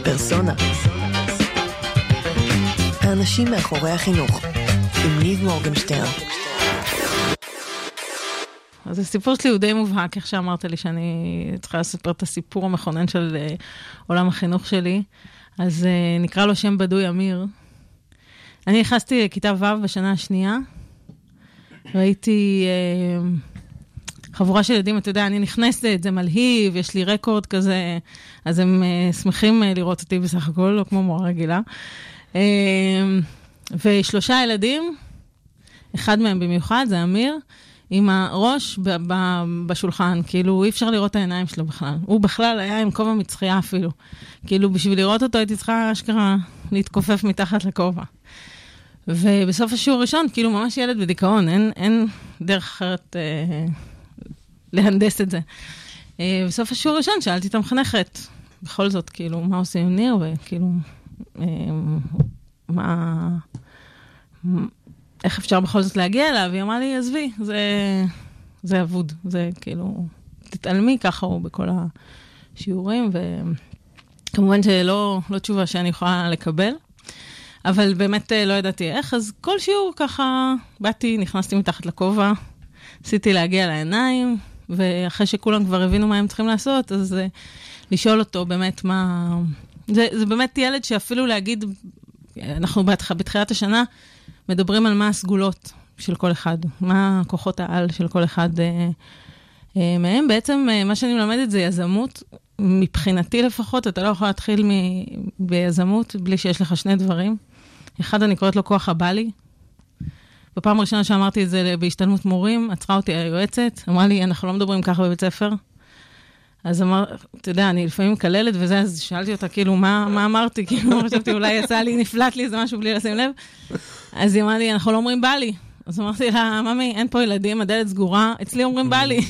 פרסונה. האנשים מאחורי החינוך. עם ניב מורגנשטיין. אז הסיפור שלי הוא די מובהק, איך שאמרת לי שאני צריכה לספר את הסיפור המכונן של עולם החינוך שלי. אז נקרא לו שם בדוי אמיר. אני נכנסתי לכיתה ו' בשנה השנייה. ראיתי חבורה של ילדים, אתה יודע, אני נכנסת, זה מלהיב, יש לי רקורד כזה, אז הם שמחים לראות אותי בסך הכל, לא כמו מורה רגילה. ושלושה ילדים, אחד מהם במיוחד, זה אמיר, עם הראש בשולחן, כאילו אי אפשר לראות את העיניים שלו בכלל. הוא בכלל היה עם כובע מצחייה אפילו. כאילו בשביל לראות אותו הייתי צריכה אשכרה להתכופף מתחת לכובע. ובסוף השיעור הראשון, כאילו ממש ילד בדיכאון, אין דרך אחרת להנדס את זה. בסוף השיעור הראשון שאלתי את המחנכת, בכל זאת, כאילו, מה עושים עם ניר, וכאילו, איך אפשר בכל זאת להגיע אליו? היא אמרה לי, עזבי, זה אבוד, זה כאילו, תתעלמי, ככה הוא בכל השיעורים, וכמובן שלא תשובה שאני יכולה לקבל, אבל באמת לא ידעתי איך, אז כל שיעור ככה, באתי, נכנסתי מתחת לכובע, עשיתי להגיע לעיניים, ואחרי שכולם כבר הבינו מה הם צריכים לעשות, אז לשאול אותו באמת מה... זה באמת ילד שאפילו להגיד, אנחנו בתחילת השנה מדברים על מה הסגולות של כל אחד, מה כוחות העל של כל אחד מהם. בעצם מה שאני מלמדת זה יזמות, מבחינתי לפחות, אתה לא יכול להתחיל ביזמות בלי שיש לך שני דברים. אחד, אני קוראת לו כוח הבלי. בפעם הראשונה שאמרתי את זה בהשתלמות מורים, עצרה אותי היועצת, אמרה לי, אנחנו לא מדברים ככה בבית ספר. אז אתה יודע, אני לפעמים מקללת וזה, אז שאלתי אותה, כאילו, מה אמרתי? כאילו, חשבתי, אולי יצא לי, נפלט לי איזה משהו בלי לשים לב. אז היא אמרה לי, אנחנו לא אומרים בלי. אז אמרתי לה, ממי, אין פה ילדים, הדלת סגורה, אצלי אומרים בלי.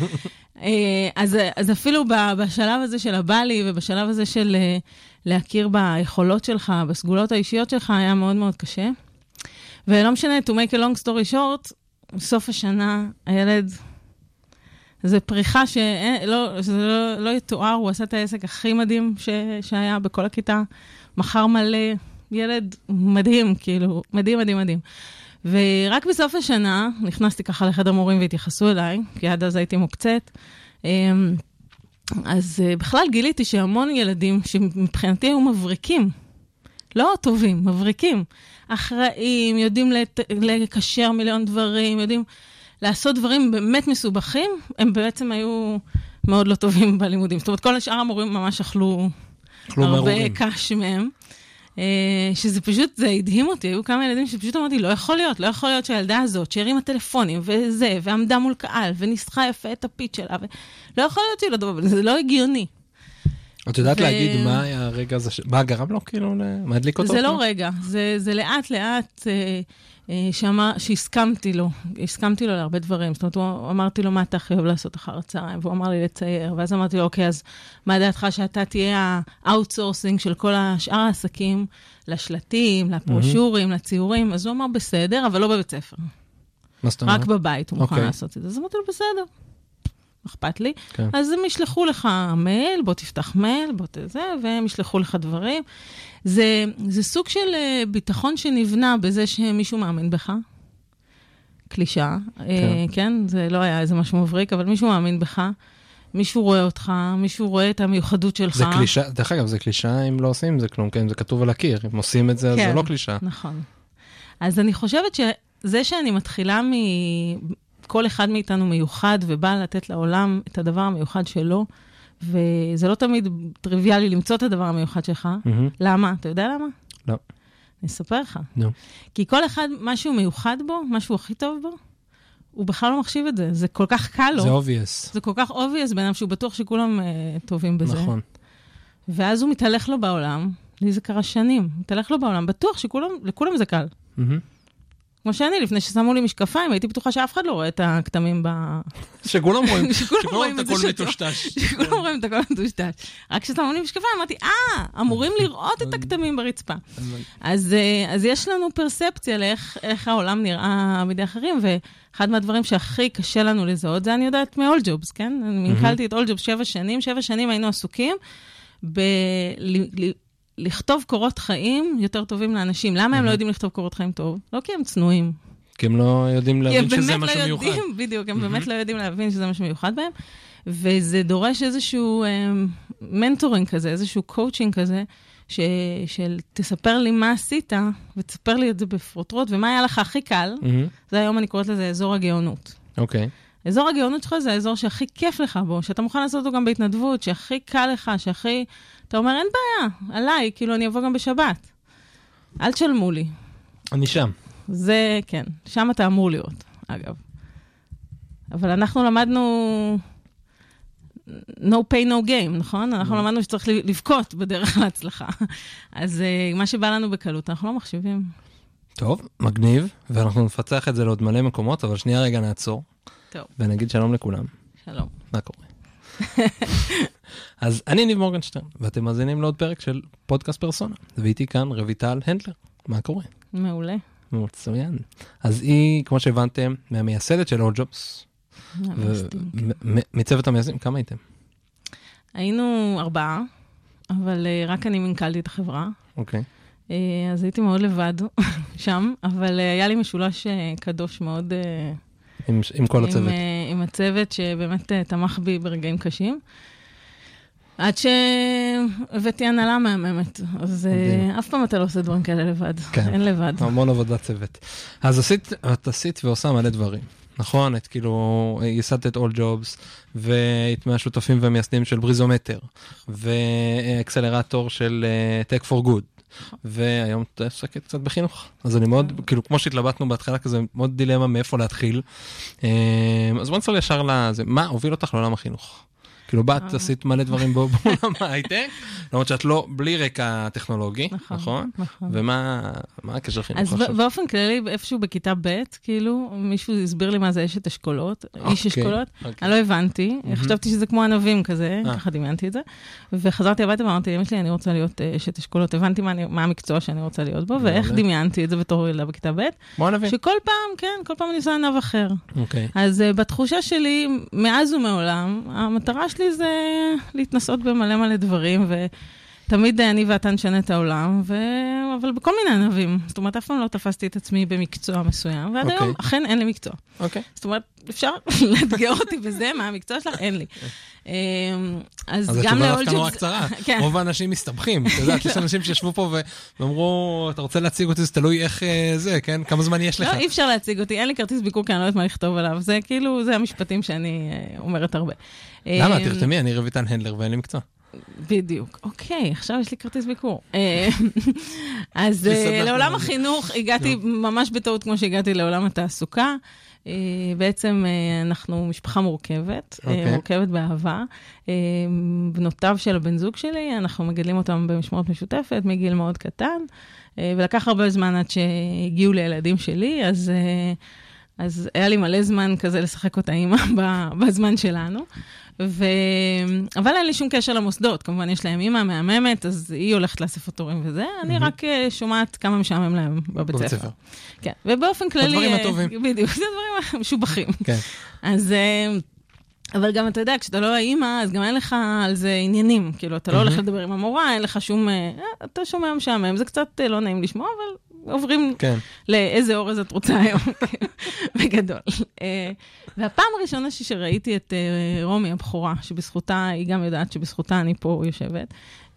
אז אפילו בשלב הזה של הבלי, ובשלב הזה של להכיר ביכולות שלך, בסגולות האישיות שלך, היה מאוד מאוד קשה. ולא משנה, to make a long story short, בסוף השנה, הילד, זה פריחה שזה לא יתואר, הוא עשה את העסק הכי מדהים שהיה בכל הכיתה, מחר מלא, ילד מדהים, כאילו, מדהים, מדהים, מדהים. ורק בסוף השנה, נכנסתי ככה לחדר מורים והתייחסו אליי, כי עד אז הייתי מוקצת, אז בכלל גיליתי שהמון ילדים שמבחינתי היו מבריקים, לא טובים, מבריקים, אחראים, יודעים לקשר מיליון דברים, יודעים לעשות דברים באמת מסובכים, הם בעצם היו מאוד לא טובים בלימודים. זאת אומרת, כל השאר המורים ממש אכלו הרבה קש מהם, שזה פשוט, זה הדהים אותי, היו כמה ילדים שפשוט אמרתי, לא יכול להיות שהילדה הזאת, שהרימה טלפונים וזה, ועמדה מול קהל, וניסחה יפה את הפיץ שלה, לא יכול להיות שהיא לא טובה, זה לא הגיוני. את יודעת להגיד מה היה הרגע הזה, מה גרם לו כאילו, מה הדליק אותו? זה לא רגע, זה לאט לאט שהסכמתי לו להרבה דברים, זאת אומרת, אמרתי לו מה אתה חייב לעשות אחר הצהריים, והוא אמר לי לצייר, ואז אמרתי לו, אוקיי, אז מה דעתך שאתה תהיה האוטסורסינג של כל השאר העסקים, לשלטים, לפרושורים, לציורים, אז הוא אמר בסדר, אבל לא בבית ספר. מה זאת אומרת? רק בבית הוא מוכן לעשות את זה, אז אמרתי לו בסדר. אכפת לי, אז הם ישלחו לך מייל, בוא תפתח מייל, בוא תזה, והם ישלחו לך דברים. זה סוג של ביטחון שנבנה בזה שמישהו מאמין בך. קלישה, כן? זה לא היה איזה משהו מבריק, אבל מישהו מאמין בך, מישהו רואה אותך, מישהו רואה את המיוחדות שלך. זה קלישה, דרך אגב, זה קלישה אם לא עושים זה כלום, כן? זה כתוב על הקיר, אם עושים את זה, אז זה לא קלישה. נכון. אז אני חושבת שזה שאני מתחילה כל אחד מאיתנו מיוחד, ובא לתת לעולם את הדבר המיוחד שלו, וזה לא תמיד טריוויאלי למצוא את הדבר המיוחד שלך. למה? אתה יודע למה? לא. אני אספר לך. לא. כי כל אחד, משהו מיוחד בו, משהו הכי טוב בו, הוא בכלל לא מחשיב את זה. זה כל כך קל לו. זה obvious. זה כל כך obvious בעיניו, שהוא בטוח שכולם טובים בזה. נכון. ואז הוא מתהלך לו בעולם, לי זה קרה שנים, מתהלך לו בעולם, בטוח שלכולם זה קל. כמו שאני, לפני ששמו לי משקפיים, הייתי בטוחה שאף אחד לא רואה את הכתמים שכולם רואים את הכל מטושטש. שכולם רואים את הכל מטושטש. רק כששמו לי משקפיים, אמרתי, אמורים לראות את הכתמים ברצפה. אז יש לנו פרספציה לאיך העולם נראה בידי אחרים, ואחד מהדברים שהכי קשה לנו לזהות, זה אני יודעת מ-All Jobs, כן? אני מנכלתי את All Jobs 7 שנים, 7 שנים היינו עסוקים, לכתוב קורות חיים יותר טובים לאנשים. למה הם לא יודעים לכתוב קורות חיים טוב? לא כי הם צנועים. כי הם לא יודעים להבין שזה משהו מיוחד. בדיוק, הם באמת לא יודעים להבין שזה משהו מיוחד בהם, וזה דורש איזשהו מנטורינג כזה, איזשהו קואוצ'ינג כזה, של תספר לי מה עשית, ותספר לי את זה בפרוטרוט, ומה היה לך הכי קל, זה היום אני קוראת לזה אזור הגאונות. אוקיי. אזור הגאונות שלך זה האזור שהכי כיף לך בו, שאתה מוכן לעשות אותו גם בהתנדבות, שהכי קל לך, שהכי... אתה אומר, אין בעיה, עליי, כאילו אני אבוא גם בשבת. אל תשלמו לי. אני שם. זה, כן, שם אתה אמור להיות, אגב. אבל אנחנו למדנו no pay, no game, נכון? אנחנו למדנו שצריך לבכות בדרך להצלחה. אז מה שבא לנו בקלות, אנחנו לא מחשיבים. טוב, מגניב, ואנחנו נפצח את זה לעוד מלא מקומות, אבל שנייה רגע נעצור. טוב. ונגיד שלום לכולם. שלום. מה קורה? אז אני ניב מורגנשטיין, ואתם מאזינים לעוד פרק של פודקאסט פרסונה. ואיתי כאן רויטל הנדלר. מה קורה? מעולה. מצוין. אז היא, כמו שהבנתם, מהמייסדת של All Jobs. מצוות המייסדים, כמה הייתם? היינו 4, אבל רק אני מנכ"לתי את החברה. אוקיי. אז הייתי מאוד לבד שם, אבל היה לי משולש קדוש מאוד... עם כל הצוות. עם הצוות שבאמת תמך בי ברגעים קשים. עד שהבאתי הנהלה מהממת. אז אף פעם אתה לא עושה דברים כאלה לבד. אין לבד. המון עבודת צוות. אז את עשית ועושה מלא דברים. נכון? את כאילו, ייסדת את All Jobs, והיית מהשותפים והמייסדים של בריזומטר, ואקסלרטור של Tech for Good. והיום אתה עוסקת קצת בחינוך. אז אני מאוד, כאילו, כמו שהתלבטנו בהתחלה, כזה מאוד דילמה מאיפה להתחיל. אז בוא נצטרך ישר לזה. מה הוביל אותך לעולם החינוך? כאילו, באת, עשית מלא דברים בעולם ההייטק, למרות שאת לא בלי רקע טכנולוגי, נכון? ומה הקשר חינוך עכשיו? אז באופן כללי, איפשהו בכיתה ב', כאילו, מישהו הסביר לי מה זה אשת אשכולות, איש אשכולות, אני לא הבנתי, חשבתי שזה כמו ענבים כזה, ככה דמיינתי את זה, וחזרתי הביתה ואמרתי, אמא שלי, אני רוצה להיות אשת אשכולות, הבנתי מה המקצוע שאני רוצה להיות בו, ואיך דמיינתי את זה בתור ילדה בכיתה ב', שכל פעם, כן, כל פעם אני עושה ענב אחר. אז בתחושה שלי, מאז ומעולם, המטרה שלי זה להתנסות במלא מלא דברים, ותמיד אני ואתה נשנה את העולם, אבל בכל מיני ענבים. זאת אומרת, אף פעם לא תפסתי את עצמי במקצוע מסוים, ועד היום אכן אין לי מקצוע. זאת אומרת, אפשר לאתגר אותי בזה, מה המקצוע שלך? אין לי. אז התשובה דווקא נורא קצרה. רוב האנשים מסתבכים. אתה יודעת, יש אנשים שישבו פה ואמרו, אתה רוצה להציג אותי, זה תלוי איך זה, כן? כמה זמן יש לך? לא, אי אפשר להציג אותי. אין לי כרטיס ביקור, כי אני לא יודעת מה לכתוב עליו. זה כאילו, זה המשפטים שאני אומרת הרבה. למה? תרתמי, אני רויטל הנדלר ואין לי מקצוע. בדיוק. אוקיי, עכשיו יש לי כרטיס ביקור. אז לעולם החינוך הגעתי ממש בטעות כמו שהגעתי לעולם התעסוקה. בעצם אנחנו משפחה מורכבת, מורכבת באהבה. בנותיו של הבן זוג שלי, אנחנו מגדלים אותם במשמורת משותפת, מגיל מאוד קטן, ולקח הרבה זמן עד שהגיעו לילדים שלי, אז היה לי מלא זמן כזה לשחק אותה אימא בזמן שלנו. אבל אין לי שום קשר למוסדות, כמובן יש להם אימא מהממת, אז היא הולכת לאספות הורים וזה, אני רק שומעת כמה משעמם להם בבית ספר. כן, ובאופן כללי... הדברים הטובים. בדיוק, זה דברים משובחים. כן. אז... אבל גם אתה יודע, כשאתה לא האימא, אז גם אין לך על זה עניינים, כאילו, אתה לא הולך לדבר עם המורה, אין לך שום... אתה שומע משעמם, זה קצת לא נעים לשמוע, אבל עוברים לאיזה אורז את רוצה היום, בגדול. והפעם הראשונה שראיתי את רומי, הבחורה, שבזכותה, היא גם יודעת שבזכותה אני פה יושבת,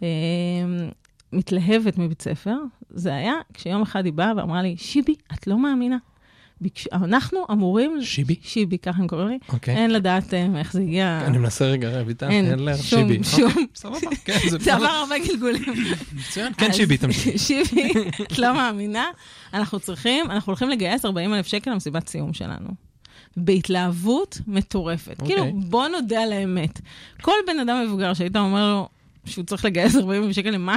מתלהבת מבית ספר, זה היה כשיום אחד היא באה ואמרה לי, שיבי, את לא מאמינה. אנחנו אמורים... שיבי? שיבי, ככה הם קוראים לי. אין לדעת איך זה הגיע... אני מנסה רגע, רויטל, אין שיבי. שום. סבבה, כן, זה עבר הרבה גלגולים. מצוין, כן, שיבי, תמשיך. שיבי, את לא מאמינה. אנחנו הולכים לגייס 40,000 שקל למסיבת סיום שלנו. בהתלהבות מטורפת. כאילו, בוא נודה על האמת. כל בן אדם מבוגר שהיית אומר לו שהוא צריך לגייס 40,000 שקל למשהו,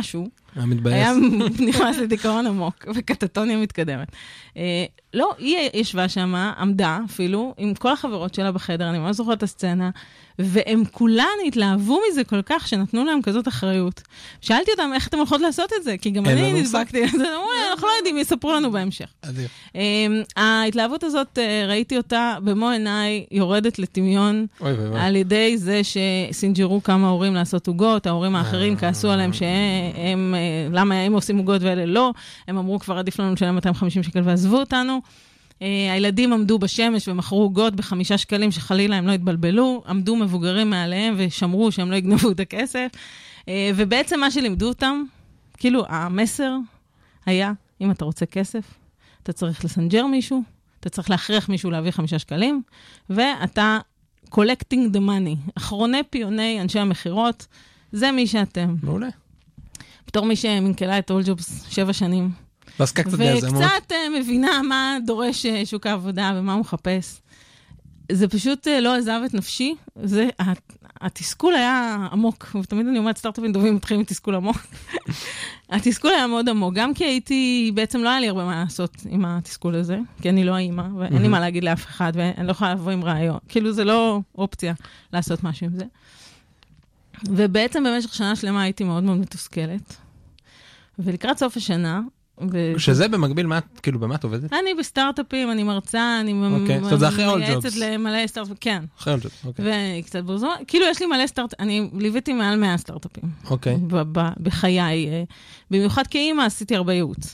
היה נכנס לדיכאון עמוק, וקטטוניה מתקדמת. לא, היא ישבה שם, עמדה אפילו, עם כל החברות שלה בחדר, אני ממש זוכרת את הסצנה, והם כולן התלהבו מזה כל כך, שנתנו להם כזאת אחריות. שאלתי אותם, איך אתם הולכות לעשות את זה? כי גם אני נדבקתי, אנחנו לא יודעים, יספרו לנו בהמשך. ההתלהבות הזאת, ראיתי אותה במו עיניי, יורדת לטמיון, על ידי זה שסינג'רו כמה הורים לעשות עוגות, ההורים האחרים כעסו עליהם שהם, למה הם עושים עוגות ואלה לא, הם אמרו כבר עדיף לנו לשלם 250 שקל ועזבו אותנו. הילדים עמדו בשמש ומכרו עוגות ב5 שקלים שחלילה הם לא התבלבלו, עמדו מבוגרים מעליהם ושמרו שהם לא יגנבו את הכסף, ובעצם מה שלימדו אותם, כאילו המסר היה, אם אתה רוצה כסף, אתה צריך לסנג'ר מישהו, אתה צריך להכריח מישהו להביא 5 שקלים, ואתה collecting the money, אחרוני פיוני אנשי המחירות, זה מי שאתם. מעולה. בתור מי שמנכלה את אול ג'ובס 7 שנים, וקצת מבינה מה דורש שוק העבודה ומה הוא מחפש. זה פשוט לא עזב את נפשי. התסכול היה עמוק, ותמיד אני אומרת, סטארט-אפים טובים מתחילים מתסכול עמוק. התסכול היה מאוד עמוק, גם כי הייתי, בעצם לא היה לי הרבה מה לעשות עם התסכול הזה, כי אני לא האמא, ואין לי מה להגיד לאף אחד, ואני לא יכולה לבוא עם רעיון. כאילו זה לא אופציה לעשות משהו עם זה. ובעצם במשך שנה שלמה הייתי מאוד מאוד מתוסכלת. ולקראת סוף השנה, שזה במקביל, כאילו, במה את עובדת? אני בסטארט-אפים, אני מרצה, אני מייעצת למלא סטארט-אפים, כן. אחרי אול ג'ובס, אוקיי. וקצת ברזומה, כאילו יש לי מלא סטארט-אפים, אני ליוויתי מעל 100 סטארט-אפים. אוקיי. בחיי. במיוחד כאימא עשיתי הרבה ייעוץ.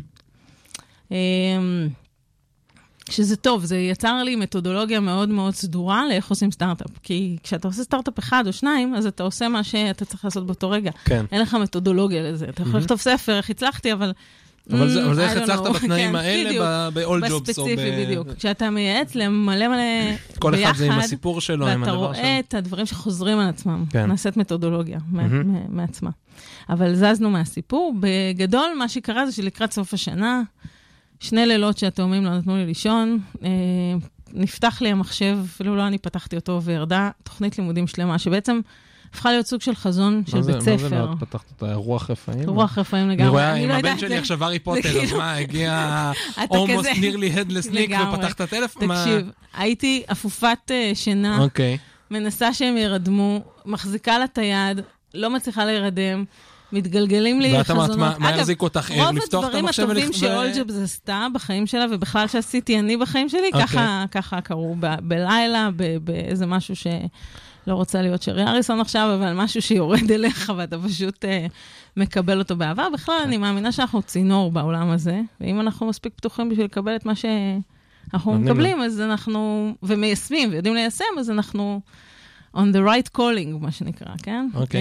שזה טוב, זה יצר לי מתודולוגיה מאוד מאוד סדורה לאיך עושים סטארט-אפ. כי כשאתה עושה סטארט-אפ 1 או 2, אז אתה עושה מה שאתה צריך לעשות באותו רגע. כן. אין לך מתודולוגיה לזה. אתה יכול לכתוב ספר, איך הצלחתי, אבל זה איך הצלחת בתנאים האלה, ב-all jobs. בספציפי, בדיוק. כשאתה מייעץ למלא מלא ביחד, כל אחד זה עם הסיפור שלו, ואתה רואה את הדברים שחוזרים על עצמם. נעשית מתודולוגיה מעצמה. אבל זזנו מהסיפור. בגדול, מה שקרה זה שלקראת סוף השנה, 2 לילות שהתאומים לא נתנו לי לישון, נפתח לי המחשב, אפילו לא אני פתחתי אותו, וירדה תוכנית לימודים שלמה, שבעצם הפכה להיות סוג של חזון של בית ספר. מה זה לא פתחת אותה? רוח רפאים? רוח רפאים לגמרי. אני רואה עם הבן שלי עכשיו הארי פוטר, אז מה, הגיע almost nearly headless nick ופתחת הטלפון? תקשיב, הייתי אפופת שינה, מנסה שהם ירדמו, מחזיקה לה את היד, לא מצליחה להירדם, מתגלגלים לי חזונות. ואת אמרת, מה יחזיק אותך ער? לפתוח את המחשב רוב הדברים שאול ג'ובס עשתה בחיים שלה, ובכלל שעשיתי אני בחיים שלי, ככה קראו בלילה, באיזה משהו שלא רוצה להיות שרי אריסון עכשיו, אבל משהו שיורד אליך, ואתה פשוט מקבל אותו בעבר. בכלל, אני מאמינה שאנחנו צינור בעולם הזה, ואם אנחנו מספיק פתוחים בשביל לקבל את מה שאנחנו מקבלים, אז אנחנו, ומיישמים, ויודעים ליישם, אז אנחנו on the right calling, מה שנקרא, כן? אוקיי.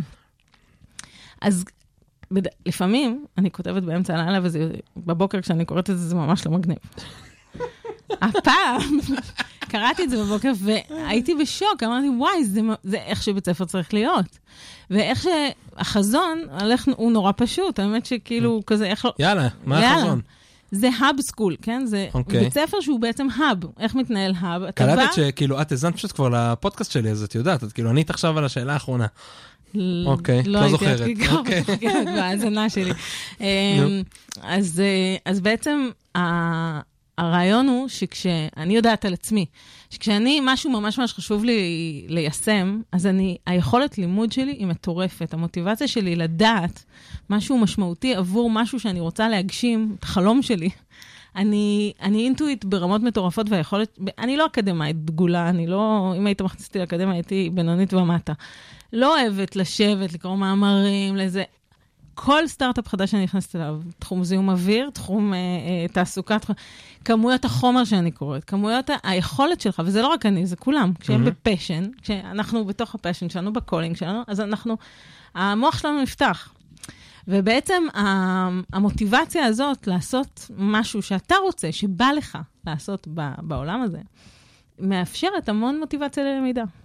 אז לפעמים אני כותבת באמצע הלילה, ובבוקר כשאני קוראת את זה, זה ממש לא מגניב. הפעם קראתי את זה בבוקר, והייתי בשוק, אמרתי, וואי, זה איך שבית ספר צריך להיות. ואיך שהחזון, הוא נורא פשוט, האמת שכאילו כזה, איך לא... יאללה, מה החזון? זה האב סקול, כן? זה בית ספר שהוא בעצם האב. איך מתנהל האב? קלטת שכאילו, את הזנת פשוט כבר לפודקאסט שלי, אז את יודעת, את כאילו, אני תחשב על השאלה האחרונה. אוקיי, לא זוכרת. הייתי בהאזנה שלי. אז בעצם הרעיון הוא שכשאני יודעת על עצמי, שכשאני משהו ממש ממש חשוב לי ליישם, אז היכולת לימוד שלי היא מטורפת. המוטיבציה שלי לדעת משהו משמעותי עבור משהו שאני רוצה להגשים, את החלום שלי. אני אינטואיט ברמות מטורפות, והיכולת, אני לא אקדמאית דגולה, אני לא, אם היית מכניסתי לאקדמיה, הייתי בינונית ומטה. לא אוהבת לשבת, לקרוא מאמרים, לזה. כל סטארט-אפ חדש שאני נכנסת אליו, תחום זיהום אוויר, תחום תעסוקה, כמויות החומר שאני קוראת, כמויות היכולת שלך, וזה לא רק אני, זה כולם. כשהם בפשן, כשאנחנו בתוך הפשן שלנו, בקולינג שלנו, אז המוח שלנו נפתח. ובעצם המוטיבציה הזאת לעשות משהו שאתה רוצה, שבא לך לעשות בעולם הזה, מאפשרת המון מוטיבציה ללמידה.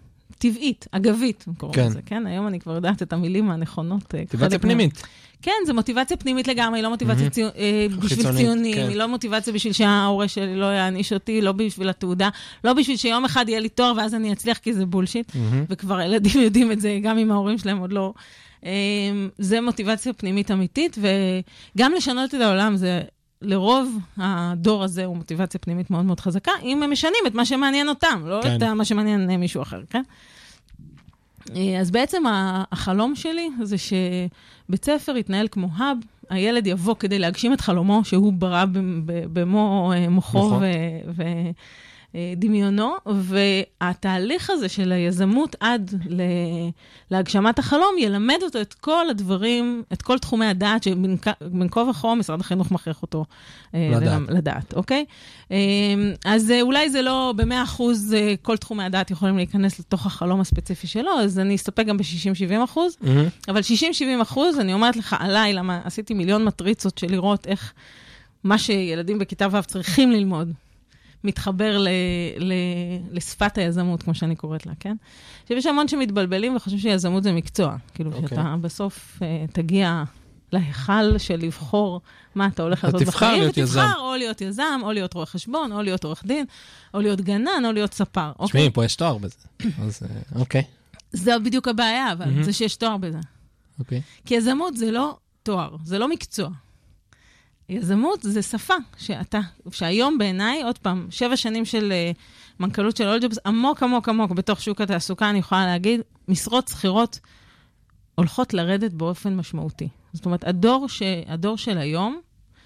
טבעית, אגבית, קוראים לזה, כן? היום אני כבר יודעת את המילים הנכונות. מוטיבציה פנימית. כן, זו מוטיבציה פנימית לגמרי, היא לא מוטיבציה בשביל ציונים, היא לא מוטיבציה בשביל שההורה שלי לא יעניש אותי, לא בשביל התעודה, לא בשביל שיום אחד יהיה לי תואר ואז אני אצליח, כי זה בולשיט, וכבר הילדים יודעים את זה, גם אם ההורים שלהם עוד לא. זה מוטיבציה פנימית אמיתית, וגם לשנות את העולם, זה לרוב הדור הזה הוא מוטיבציה פנימית מאוד מאוד חזקה, אם הם משנים את מה שמעניין אותם, לא את מה שמעניין מישהו אחר, כן? אז בעצם החלום שלי זה שבית ספר יתנהל כמו האב, הילד יבוא כדי להגשים את חלומו, שהוא ברא במו מוחו ודמיונו, והתהליך הזה של היזמות עד להגשמת החלום, ילמד אותו את כל הדברים, את כל תחומי הדעת, שבין כה וכה משרד החינוך מכריח אותו לדעת, אוקיי? אז אולי זה לא ב100% כל תחומי הדעת יכולים להיכנס לתוך החלום הספציפי שלו, אז אני אסתפק גם ב60-70%, אבל 60-70%, אני אומרת לך עליי, למה עשיתי מיליון מטריצות של לראות איך מה שילדים בכיתה ו' צריכים ללמוד, מתחבר לשפת היזמות, כמו שאני קוראת לה, כן? שיש המון שמתבלבלים וחושבים שיזמות זה מקצוע. כאילו, שאתה בסוף תגיע להיכל של לבחור מה אתה הולך לעשות בחיים, ותבחר או להיות יזם, או להיות רואה חשבון, או להיות עורך דין, או להיות גנן, או להיות ספר. תשמעי, פה יש תואר בזה. אז אוקיי. זה בדיוק הבעיה, אבל זה שיש תואר בזה. אוקיי. כי יזמות זה לא תואר, זה לא מקצוע. יזמות זה שפה, שהיום בעיניי, עוד פעם, 7 שנים של מנכ"לות של אולג'ובס, עמוק עמוק עמוק בתוך שוק התעסוקה, אני יכולה להגיד, משרות שכירות הולכות לרדת באופן משמעותי. זאת אומרת, הדור של היום,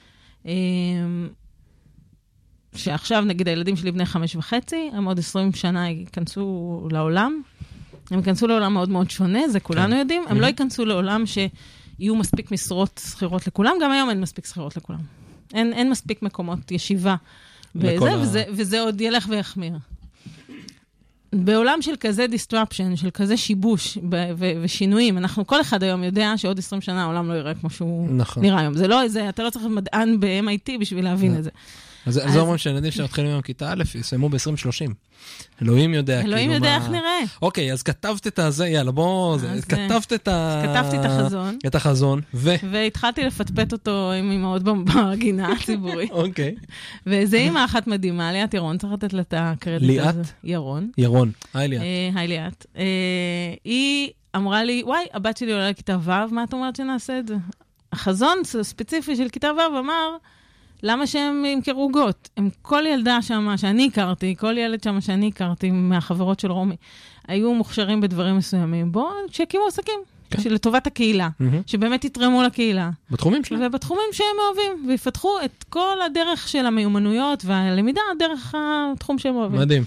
שעכשיו נגיד הילדים שלי בני 5.5, הם עוד 20 שנה ייכנסו לעולם, הם ייכנסו לעולם מאוד מאוד שונה, זה כולנו יודעים, הם לא ייכנסו לעולם יהיו מספיק משרות שכירות לכולם, גם היום אין מספיק שכירות לכולם. אין מספיק מקומות ישיבה בזה, וזה עוד ילך ויחמיר. בעולם של כזה disruption, של כזה שיבוש ושינויים, כל אחד היום יודע שעוד 20 שנה העולם לא יראה כמו שהוא נראה היום. זה לא, אתה לא צריך מדען ב-MIT בשביל להבין את זה. אז זה אומרים שהילדים שמתחילים היום כיתה א', יסיימו ב-2030. אלוהים יודע. אלוהים יודע איך נראה. אוקיי, אז כתבת את הזה, יאללה, בוא, כתבתי את החזון. את החזון, והתחלתי לפטפט אותו עם אמאות בגינה הציבורית. אוקיי. וזה אמא אחת מדהימה, ליאת ירון, צריך לתת לה את הקרדיט הזה. ירון. ירון. היי ליאת. היי ליאת. היא אמרה לי, וואי, הבת שלי עולה לכיתה ו', מה את אומרת שנעשה את זה? החזון ספציפי של כיתה ו' אמר, למה שהם ימכרו עוגות? כל ילדה שם שאני הכרתי, כל ילד שם שאני הכרתי מהחברות של רומי, היו מוכשרים בדברים מסוימים. בואו, שיקימו עסקים, לטובת הקהילה, שבאמת יתרמו לקהילה. בתחומים שלהם. ובתחומים שהם אוהבים, ויפתחו את כל הדרך של המיומנויות והלמידה, דרך התחום שהם אוהבים. מדהים.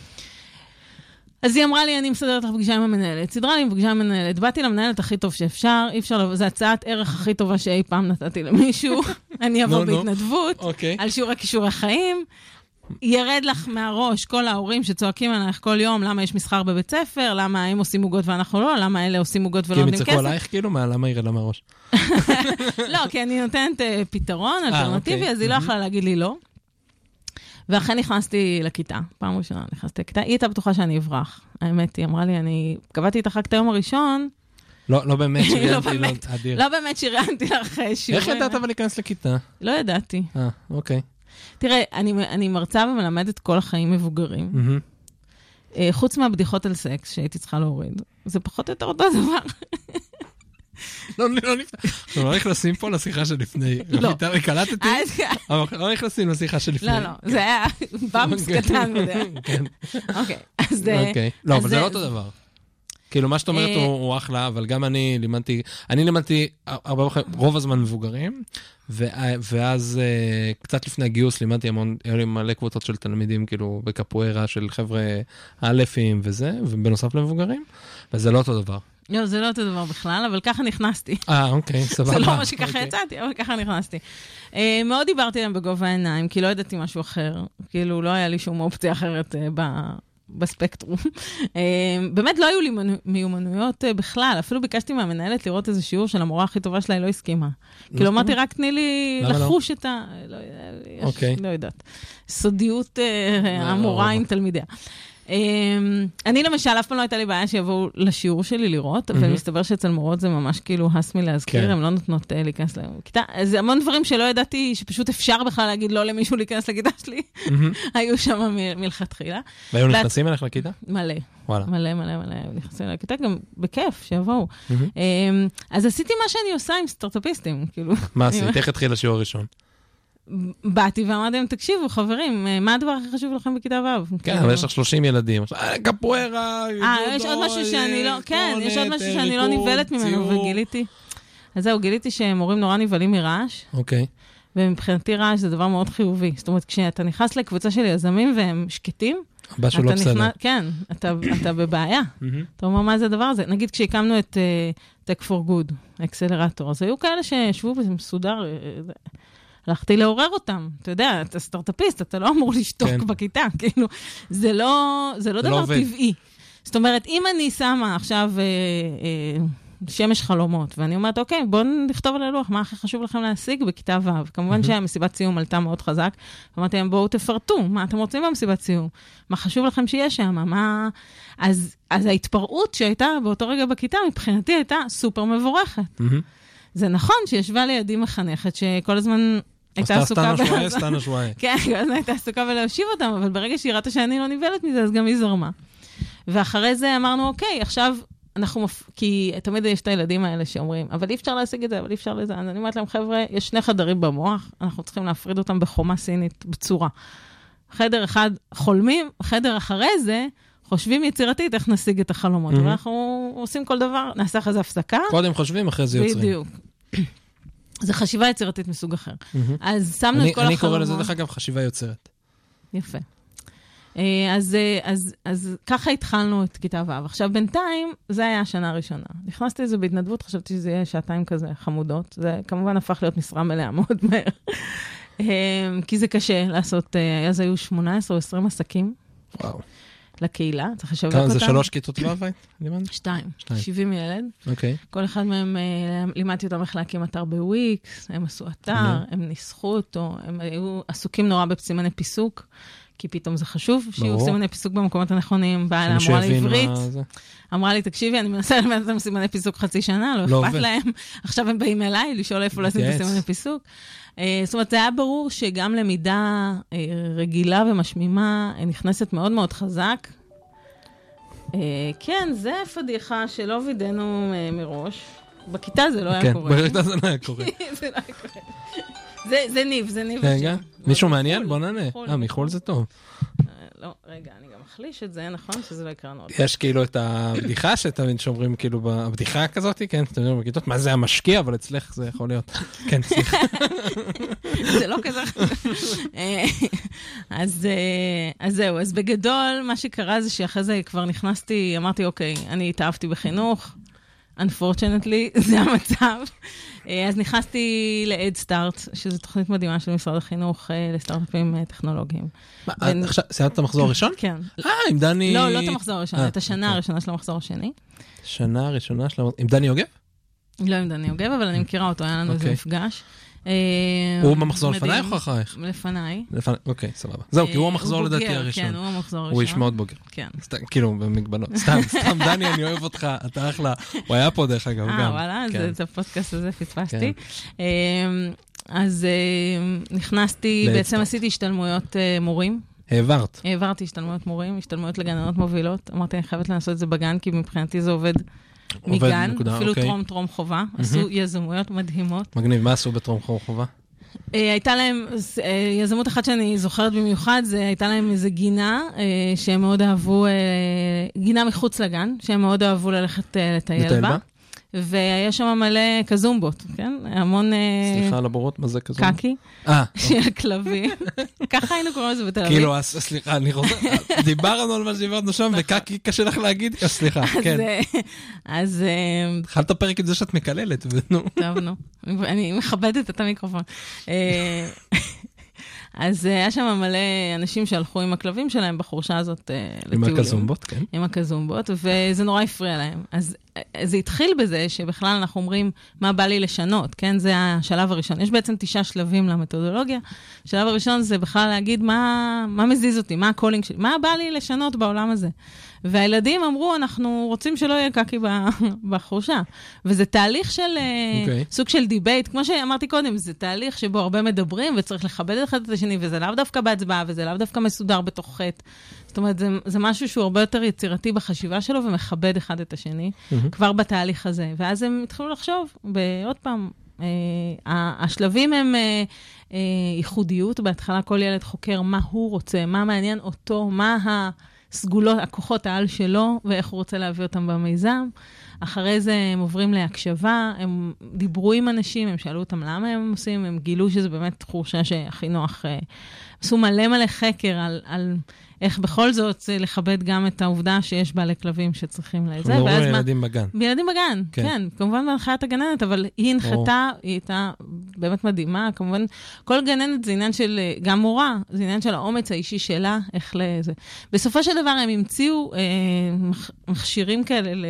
אז היא אמרה לי, אני מסדרת לך פגישה עם המנהלת. סדרה לי פגישה עם המנהלת. באתי למנהלת הכי טוב שאפשר. אי אפשר, זו הצעת ערך הכי טובה שאי פעם נתתי למישהו. אני אבוא בהתנדבות. על שיעור הכישורי חיים. ירד לך מהראש כל ההורים שצועקים עליך כל יום, למה יש מסחר בבית ספר, למה הם עושים עוגות ואנחנו לא, למה אלה עושים עוגות ולא נותנים כסף. כי הם יצחקו עלייך כאילו, למה ירד לה מהראש? לא, כי אני נותנת פתרון אלטרנטיבי, אז היא לא יכלה להגיד לי לא. ואחרי נכנסתי לכיתה, פעם ראשונה נכנסתי לכיתה, היא הייתה בטוחה שאני אברח. האמת, היא אמרה לי, אני קבעתי איתך רק את היום הראשון. לא באמת שריינתי, לא באמת שריינתי לך שיעורים. איך ידעת אבל להיכנס לכיתה? לא ידעתי. אוקיי. תראה, אני מרצה ומלמדת כל החיים מבוגרים. חוץ מהבדיחות על סקס שהייתי צריכה להוריד. זה פחות או יותר אותו דבר. לא נכנסים פה לשיחה שלפני. לא. קלטתי? לא נכנסים לשיחה שלפני. לא, זה היה במפס קטן בדרך. אוקיי, אז לא, אבל זה לא אותו דבר. כאילו, מה שאת אומרת הוא אחלה, אבל גם אני לימדתי רוב הזמן מבוגרים, ואז קצת לפני הגיוס לימדתי המון, היו לי מלא קבוצות של תלמידים, כאילו, בקפוארה של חבר'ה אלפים וזה, ובנוסף למבוגרים, וזה לא אותו דבר. לא, זה לא אותו דבר בכלל, אבל ככה נכנסתי. אוקיי, סבבה. זה לא מה שככה יצאתי, אבל ככה נכנסתי. מאוד דיברתי להם בגובה העיניים, כי לא ידעתי משהו אחר. כאילו, לא היה לי שום אופציה אחרת בספקטרום. באמת לא היו לי מיומנויות בכלל. אפילו ביקשתי מהמנהלת לראות איזה שיעור של המורה הכי טובה שלה, היא לא הסכימה. כאילו, אמרתי, רק תני לי לחוש את לא יודעת. סודיות המורה עם תלמידיה. אני למשל, אף פעם לא הייתה לי בעיה שיבואו לשיעור שלי לראות, אבל מסתבר שאצל מורות זה ממש כאילו הסמי להזכיר, הן לא נותנות להיכנס לכיתה. אז המון דברים שלא ידעתי, שפשוט אפשר בכלל להגיד לא למישהו להיכנס לכיתה שלי, היו שם מלכתחילה. והיו נכנסים אליך לכיתה? מלא. מלא, נכנסים לכיתה, גם בכיף, שיבואו. אז עשיתי מה שאני עושה עם סטארט-אפיסטים, כאילו. מה עשית? איך התחיל השיעור הראשון? באתי ואמרתי להם, תקשיבו, חברים, מה הדבר הכי חשוב לכם בכיתה ו'? כן, אבל יש לך 30 ילדים. קפוארה, יש עוד משהו שאני לא, כן, יש עוד משהו שאני לא נבלת ממנו, וגיליתי. אז זהו, גיליתי שמורים נורא נבלים מרעש. אוקיי. ומבחינתי רעש זה דבר מאוד חיובי. זאת אומרת, כשאתה נכנס לקבוצה של יזמים והם שקטים, משהו לא בסדר. כן, אתה בבעיה. אתה אומר, מה זה הדבר הזה? נגיד, כשהקמנו את Tech for Good, אקסלרטור, אז היו כאלה שישבו בזה מסודר, הלכתי לעורר אותם. אתה יודע, אתה סטארט-אפיסט, אתה לא אמור לשתוק בכיתה. כאילו, זה לא דבר טבעי. זאת אומרת, אם אני שמה עכשיו שמש חלומות, ואני אומרת, אוקיי, בואו נכתוב על הלוח, מה הכי חשוב לכם להשיג בכיתה ו'. כמובן שהמסיבת סיום עלתה מאוד חזק, ואמרתי להם, בואו תפרטו, מה אתם רוצים במסיבת סיום? מה חשוב לכם שיש שם? אז ההתפרעות שהייתה באותו רגע בכיתה, מבחינתי הייתה סופר מבורכת. זה נכון שישבה לידי מחנכת, שכל הזמן הייתה עסוקה כן, כל הזמן הייתה עסוקה ולהושיב אותם, אבל ברגע שהיא ראתה שאני לא ניבלת מזה, אז גם היא זרמה. ואחרי זה אמרנו, אוקיי, עכשיו כי תמיד יש את הילדים האלה שאומרים, אבל אי אפשר להשיג את זה, אבל אי אפשר לזה. אז אני אומרת להם, חבר'ה, יש 2 חדרים במוח, אנחנו צריכים להפריד אותם בחומה סינית בצורה. חדר אחד חולמים, חדר אחרי זה, חושבים יצירתית איך נשיג את החלומות. ואנחנו עושים כל דבר, נעשה אחרי זה הפסקה. קודם חושבים, אחרי זה יוצרים. בדיוק. זה חשיבה יצירתית מסוג אחר. אז שמנו את כל החלומות. אני קורא לזה, דרך אגב, חשיבה יוצרת. יפה. אז ככה התחלנו את כיתה ו'. עכשיו, בינתיים, זה היה השנה הראשונה. נכנסתי לזה בהתנדבות, חשבתי שזה יהיה 2 כזה חמודות. זה כמובן הפך להיות משרה מלאה מאוד מהר. כי זה קשה לעשות, אז היו 18 או 20 עסקים. וואו. לקהילה, צריך לשווק אותם. זה 3 כיתות ו'? 2, 70 ילד. אוקיי. כל אחד מהם, לימדתי אותם איך להקים אתר בוויקס, הם עשו אתר, הם ניסחו אותו, הם היו עסוקים נורא בסימני פיסוק, כי פתאום זה חשוב שיהיו סימני פיסוק במקומות הנכונים, באה לה אמרה לעברית, אמרה לי, תקשיבי, אני מנסה ללמד אותם סימני פיסוק חצי שנה, לא אכפת להם, עכשיו הם באים אליי, לשאול איפה לשים את הסימני פיסוק. זאת אומרת, זה היה ברור שגם למידה רגילה ומשמימה נכנסת מאוד מאוד חזק. כן, זה פדיחה שלא וידאנו מראש. בכיתה זה לא היה קורה. בכיתה זה לא היה קורה. זה לא היה קורה. זה ניב. רגע, מישהו מעניין? בוא נענה. מחול זה טוב. לא, רגע, אני גם מחליש את זה, נכון? שזה לא יקרה נורא. יש כאילו את הבדיחה שתמיד שאומרים כאילו בבדיחה כזאת, כן, אתם יודעים בכיתות, מה זה המשקיע, אבל אצלך זה יכול להיות. כן, סליחה. זה לא כזה. אז זהו, אז בגדול, מה שקרה זה שאחרי זה כבר נכנסתי, אמרתי, אוקיי, אני התאהבתי בחינוך, unfortunately, זה המצב. אז נכנסתי ל-Ed Start, שזו תוכנית מדהימה של משרד החינוך לסטארט-אפים טכנולוגיים. עכשיו, סיימת את המחזור הראשון? כן. עם דני... לא את המחזור הראשון, את השנה הראשונה של המחזור השני. שנה הראשונה של... עם דני יוגב? לא עם דני יוגב, אבל אני מכירה אותו, היה לנו איזה מפגש. הוא במחזור לפניי או אחרייך? לפניי. אוקיי, סבבה. זהו, כי הוא המחזור לדעתי הראשון. כן, הוא המחזור הראשון. הוא איש מאוד בוגר. כן. כאילו, במגבלות. סתם, דני, אני אוהב אותך, אתה אחלה. הוא היה פה דרך אגב גם. וואלה, זה הפודקאסט הזה פספסתי. אז נכנסתי, בעצם עשיתי השתלמויות מורים. העברתי השתלמויות מורים, השתלמויות לגננות מובילות. אמרתי, אני חייבת לעשות את זה בגן, כי מבחינתי זה עובד מגן, אפילו טרום חובה. עשו יזמויות מדהימות. מגניב, מה עשו בטרום חובה? הייתה להם, יזמות אחת שאני זוכרת במיוחד, זה הייתה להם איזו גינה, שהם מאוד אהבו, גינה מחוץ לגן, שהם מאוד אהבו ללכת לטייל בה. ויש שם מלא קזומבות, כן? המון... סליחה על הבורות, מה זה קזומבות? קקי. של כלבים. ככה היינו קוראים לזה בתל אביב. כאילו, סליחה, אני רוצה... דיברנו על מה שדיברנו שם, וקקי קשה לך להגיד? סליחה, כן. אז... התחלת פרק את זה שאת מקללת, נו. טוב, נו. אני מכבדת את המיקרופון. אז היה שם מלא אנשים שהלכו עם הכלבים שלהם בחורשה הזאת לטיולים. עם הקזומבות, כן. עם הקזומבות, וזה נורא הפריע להם. אז זה התחיל בזה שבכלל אנחנו אומרים מה בא לי לשנות, כן? זה השלב הראשון. יש בעצם 9 שלבים למתודולוגיה. השלב הראשון זה בכלל להגיד מה מזיז אותי, מה הקולינג שלי, מה בא לי לשנות בעולם הזה. והילדים אמרו, אנחנו רוצים שלא יהיה קקי בחורשה. וזה תהליך של סוג של דיבייט, כמו שאמרתי קודם, זה תהליך שבו הרבה מדברים וצריך לכבד אחד את השני, וזה לאו דווקא בהצבעה, וזה לאו דווקא מסודר בתוך חטא. זאת אומרת, זה משהו שהוא הרבה יותר יצירתי בחשיבה שלו, ומכבד אחד את השני, כבר בתהליך הזה. ואז הם התחילו לחשוב, ועוד פעם, השלבים הם ייחודיות, בהתחלה כל ילד חוקר מה הוא רוצה, מה מעניין אותו, מה הסגולות, הכוחות העל שלו, ואיך הוא רוצה להביא אותם במיזם. אחרי זה הם עוברים להקשבה, הם דיברו עם אנשים, הם שאלו אותם למה הם עושים, הם גילו שזה באמת תחושה שהכי נוח. עשו מלא חקר על איך בכל זאת זה לכבד גם את העובדה שיש בעלי כלבים שצריכים לזה. אנחנו מדברים ילדים בגן. ילדים בגן, כן. כמובן בהנחיית הגננת, אבל היא הנחתה, היא הייתה באמת מדהימה. כמובן, כל גננת זה עניין של, גם מורה, זה עניין של האומץ האישי שלה, איך לזה. בסופו של דבר הם המציאו מכשירים כאלה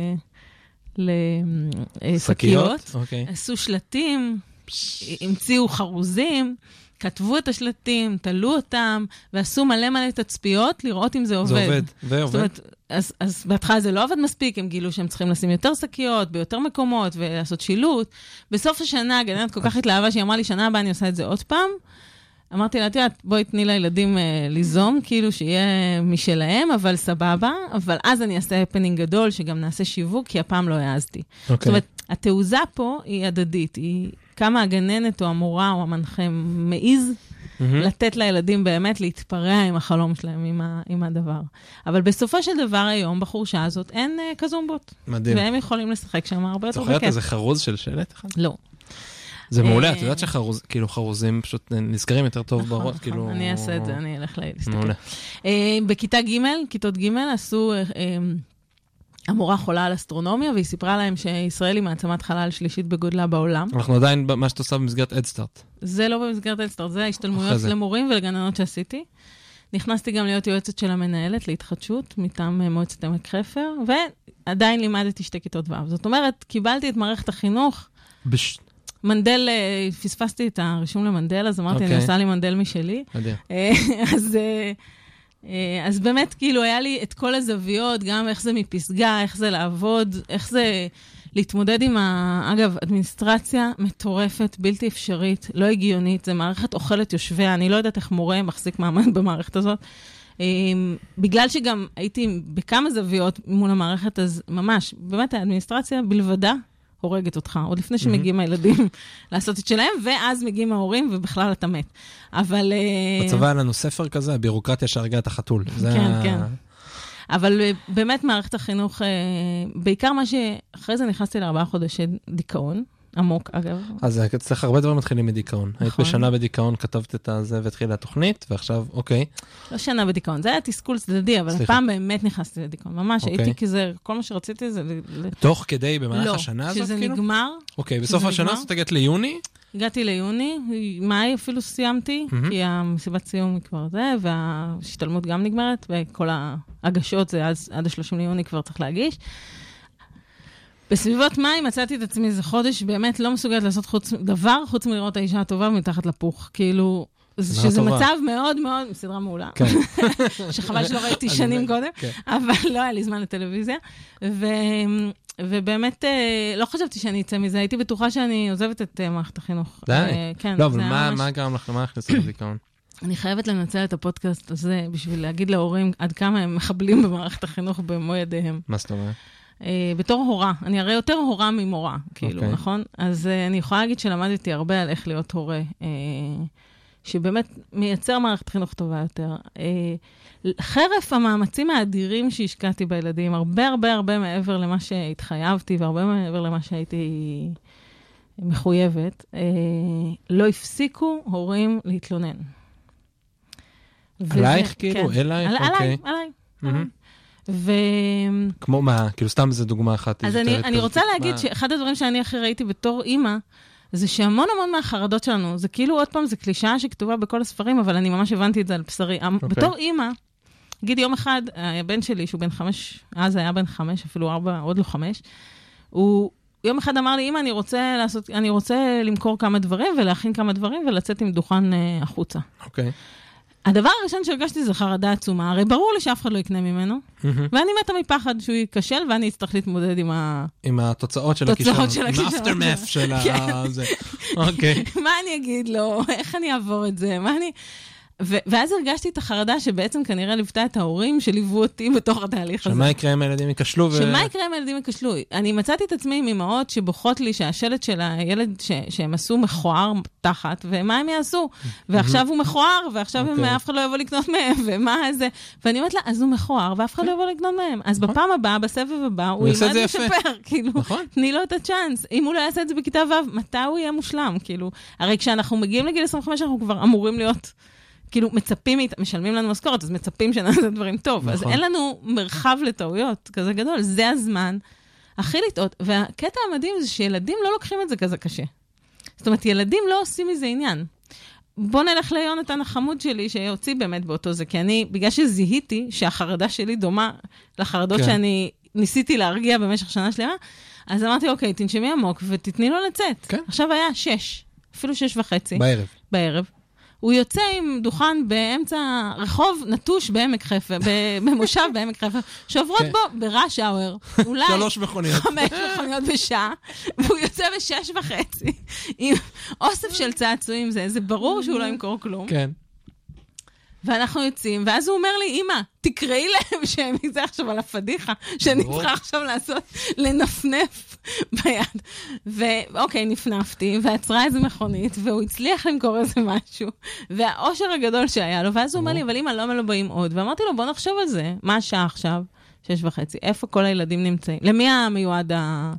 לשקיות, עשו שלטים, המציאו חרוזים, כתבו את השלטים, תלו אותם, ועשו מלא תצפיות לראות אם זה עובד. זה עובד, ועובד. אז בהתחלה זה לא עובד מספיק, הם גילו שהם צריכים לשים יותר שקיות, ביותר מקומות, ולעשות שילוט. בסוף השנה, הגננת כל כך התלהבה, שהיא אמרה לי, שנה הבאה אני עושה את זה עוד פעם. אמרתי לה, תראה, בואי תני לילדים ליזום, כאילו שיהיה משלהם, אבל סבבה, אבל אז אני אעשה הפנינג גדול, שגם נעשה שיווק, כי הפעם לא העזתי. זאת אומרת, התעוזה פה היא הדדית, היא כמה הגננת או המורה או המנחה מעיז לתת לילדים באמת להתפרע עם החלום שלהם, עם הדבר. אבל בסופו של דבר היום, בחורשה הזאת, אין קזומבות. מדהים. והם יכולים לשחק שם הרבה יותר בכיף. זוכרת איזה חרוז של שלט אחד? לא. זה מעולה, את יודעת שחרוזים פשוט נזכרים יותר טוב בראש, כאילו... אני אעשה את זה, אני אלך להסתכל. בכיתה ג', כיתות ג', עשו... המורה חולה על אסטרונומיה, והיא סיפרה להם שישראל היא מעצמת חלל שלישית בגודלה בעולם. אנחנו עדיין מה שאת עושה במסגרת אדסטארט. זה לא במסגרת אדסטארט, זה ההשתלמויות למורים ולגננות שעשיתי. נכנסתי גם להיות יועצת של המנהלת להתחדשות, מטעם מועצת עמק חפר, ועדיין לימדתי 2 כיתות ו'. זאת אומרת, קיבלתי את מערכת החינוך, מנדל, פספסתי את הרישום למנדל, אז אמרתי, אני עושה לי מנדל משלי. אז באמת, כאילו, היה לי את כל הזוויות, גם איך זה מפסגה, איך זה לעבוד, איך זה להתמודד עם אגב, אדמיניסטרציה מטורפת, בלתי אפשרית, לא הגיונית, זה מערכת אוכלת יושביה, אני לא יודעת איך מורה מחזיק מעמד במערכת הזאת. בגלל שגם הייתי בכמה זוויות מול המערכת, אז ממש, באמת האדמיניסטרציה בלבדה, הורגת אותך, עוד לפני שמגיעים הילדים לעשות את שלהם, ואז מגיעים ההורים, ובכלל אתה מת. אבל... בצבא היה לנו ספר כזה, הבירוקרטיה שהרגה את החתול. כן. אבל באמת מערכת החינוך, בעיקר מה שאחרי זה נכנסתי ל4 חודשי דיכאון, עמוק אגב. אז אצלך הרבה דברים מתחילים מדיכאון. היית בשנה בדיכאון, כתבת את זה והתחילה התוכנית, ועכשיו, אוקיי. לא שנה בדיכאון, זה היה תסכול צדדי, אבל הפעם באמת נכנסתי לדיכאון. ממש, הייתי כזה, כל מה שרציתי זה... תוך כדי במהלך השנה הזאת? לא, שזה נגמר. אוקיי, בסוף השנה הזאת הגעת ליוני? הגעתי ליוני, מאי אפילו סיימתי, כי המסיבת סיום היא כבר זה, וההשתלמות גם נגמרת, וכל ההגשות זה עד ה-30 ליוני כבר צריך להגיש. בסביבות מאי מצאתי את עצמי איזה חודש, באמת לא מסוגלת לעשות דבר חוץ מלראות האישה הטובה מתחת לפוך. כאילו, שזה מצב מאוד מאוד, סדרה מעולה. שחבל שלא ראיתי שנים קודם, אבל לא היה לי זמן לטלוויזיה. ובאמת, לא חשבתי שאני אצא מזה, הייתי בטוחה שאני עוזבת את מערכת החינוך. די? לא, אבל מה גרם לך? מה הכניסה לזיכרון? אני חייבת לנצל את הפודקאסט הזה בשביל להגיד להורים עד כמה הם מחבלים במערכת החינוך במו ידיהם. מה זאת אומרת? בתור הורה, אני הרי יותר הורה ממורה, כאילו, נכון? אז אני יכולה להגיד שלמדתי הרבה על איך להיות הורה, שבאמת מייצר מערכת חינוך טובה יותר. חרף המאמצים האדירים שהשקעתי בילדים, הרבה מעבר למה שהתחייבתי, והרבה מעבר למה שהייתי מחויבת, לא הפסיקו הורים להתלונן. עלייך כאילו? אלייך? עליי. כמו מה? כאילו סתם זו דוגמה אחת. אז אני רוצה להגיד שאחד הדברים שאני הכי ראיתי בתור אימא, זה שהמון המון מהחרדות שלנו, זה כאילו עוד פעם, זה קלישאה שכתובה בכל הספרים, אבל אני ממש הבנתי את זה על בשרי. בתור אימא, נגיד יום אחד, הבן שלי, שהוא בן 5, אז היה בן 5, אפילו 4, עוד לא 5, הוא יום אחד אמר לי, אמא, אני רוצה למכור כמה דברים, ולהכין כמה דברים, ולצאת עם דוכן החוצה. אוקיי. הדבר הראשון שהרגשתי זה חרדה עצומה, הרי ברור לי שאף אחד לא יקנה ממנו, ואני מתה מפחד שהוא ייכשל, ואני אצטרך להתמודד עם התוצאות של הכישלון. עם האפטרמף של זה. אוקיי. מה אני אגיד לו? איך אני אעבור את זה? ואז הרגשתי את החרדה שבעצם כנראה ליוותה את ההורים שליוו אותי בתוך התהליך הזה. שמה יקרה אם הילדים ייכשלו? שמה יקרה אם הילדים ייכשלו? אני מצאתי את עצמי עם אמהות שבוכות לי שהשלט של הילד שהם עשו מכוער תחת, ומה הם יעשו? ועכשיו הוא מכוער, ועכשיו אף אחד לא יבוא לקנות מהם, ומה זה? ואני אומרת לה, אז הוא מכוער, ואף אחד לא יבוא לקנות מהם. אז בפעם הבאה, בסבב הבא, הוא ילמד לשפר, כאילו, תני לו את הצ'אנס. אם הוא לא יעשה את זה בכיתה ו', מתי הוא יהיה מושלם? כאילו, הרי כשאנחנו מגיעים לגיל 25, אנחנו כבר אמורים להיות כאילו מצפים, משלמים לנו משכורת, אז מצפים שנעשה דברים טוב. אז אין לנו מרחב לטעויות כזה גדול. זה הזמן הכי לטעות. והקטע המדהים זה שילדים לא לוקחים את זה כזה קשה. זאת אומרת, ילדים לא עושים מזה עניין. בוא נלך ליונתן החמוד שלי, שיוציא באמת באותו זה, כי אני, בגלל שזיהיתי שהחרדה שלי דומה לחרדות שאני ניסיתי להרגיע במשך שנה שלמה, אז אמרתי, אוקיי, תנשמי עמוק ותתני לו לצאת. עכשיו היה 6, אפילו 6:30. בערב. הוא יוצא עם דוכן באמצע רחוב נטוש בעמק חפר, במושב בעמק חפר, שעוברות בו בראש האוור, אולי 3 מכוניות. 5 מכוניות בשעה, והוא יוצא ב6:30, עם אוסף של צעצועים, זה ברור שהוא לא ימכור כלום. כן. ואנחנו יוצאים, ואז הוא אומר לי, אמא, תקראי להם שהם יצא עכשיו על הפדיחה, שאני צריכה עכשיו לנפנף ביד. ואוקיי, נפנפתי, ועצרה איזה מכונית, והוא הצליח למכור איזה משהו, והאושר הגדול שהיה לו, ואז הוא אומר לי, אבל אמא, למה לא באים עוד? ואמרתי לו, בוא נחשוב על זה, מה השעה עכשיו? 6:30, איפה כל הילדים נמצאים? למי המיועד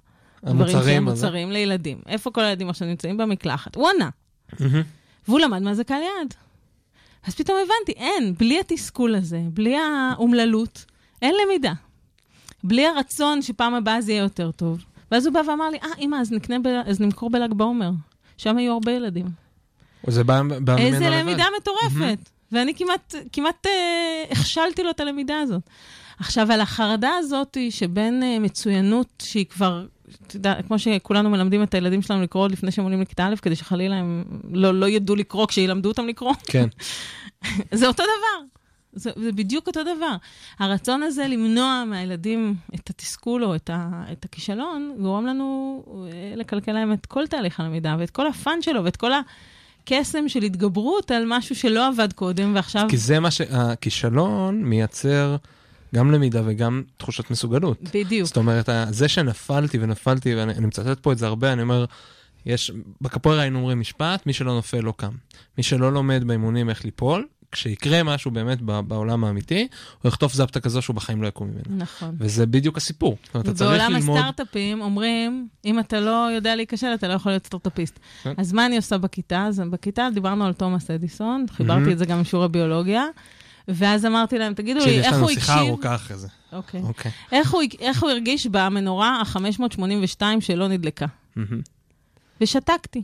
המוצרים לילדים? איפה כל הילדים עכשיו נמצאים במקלחת? הוא ענה. והוא למד מה זה קהל יעד. אז פתאום הבנתי, בלי התסכול הזה, בלי האומללות, אין למידה. בלי הרצון שפעם הבאה זה יהיה יותר טוב. ואז הוא בא ואמר לי, אמא, אז נמכור בל"ג בעומר. שם היו הרבה ילדים. וזה בא ממנו לבד. איזה למידה מטורפת. ואני כמעט הכשלתי לו את הלמידה הזאת. עכשיו, על החרדה הזאת שבין מצוינות שהיא כבר, כמו שכולנו מלמדים את הילדים שלנו לקרוא עוד לפני שהם עולים לכיתה א', כדי שחלילה הם לא ידעו לקרוא כשילמדו אותם לקרוא. כן. זה אותו דבר. זה בדיוק אותו דבר. הרצון הזה למנוע מהילדים את התסכול או את הכישלון, גורם לנו לקלקל להם את כל תהליך הלמידה, ואת כל הפן שלו, ואת כל הקסם של התגברות על משהו שלא עבד קודם, ועכשיו... כי זה מה שהכישלון מייצר גם למידה וגם תחושת מסוגלות. בדיוק. זאת אומרת, זה שנפלתי, ואני מצטט פה את זה הרבה, אני אומר, בקפוארה היינו אומרים משפט, מי שלא נופל לא קם. מי שלא לומד באימונים איך ליפול, כשיקרה משהו באמת בעולם האמיתי, הוא יכתוב זפטה כזו שהוא בחיים לא יקום ממנו. נכון. וזה בדיוק הסיפור. בעולם הסטארט-אפים אומרים, אם אתה לא יודע להיכשל, אתה לא יכול להיות סטארט-אפיסט. אז מה אני עושה בכיתה? אז בכיתה דיברנו על תומאס אדיסון, חיברתי את זה גם בשיעור הביולוגיה, ואז אמרתי להם, תגידו לי, איך הוא הקשיב... שיחה ארוכה אחרי זה. אוקיי. איך הוא הרגיש במנורה ה-582 שלא נדלקה? ושתקתי.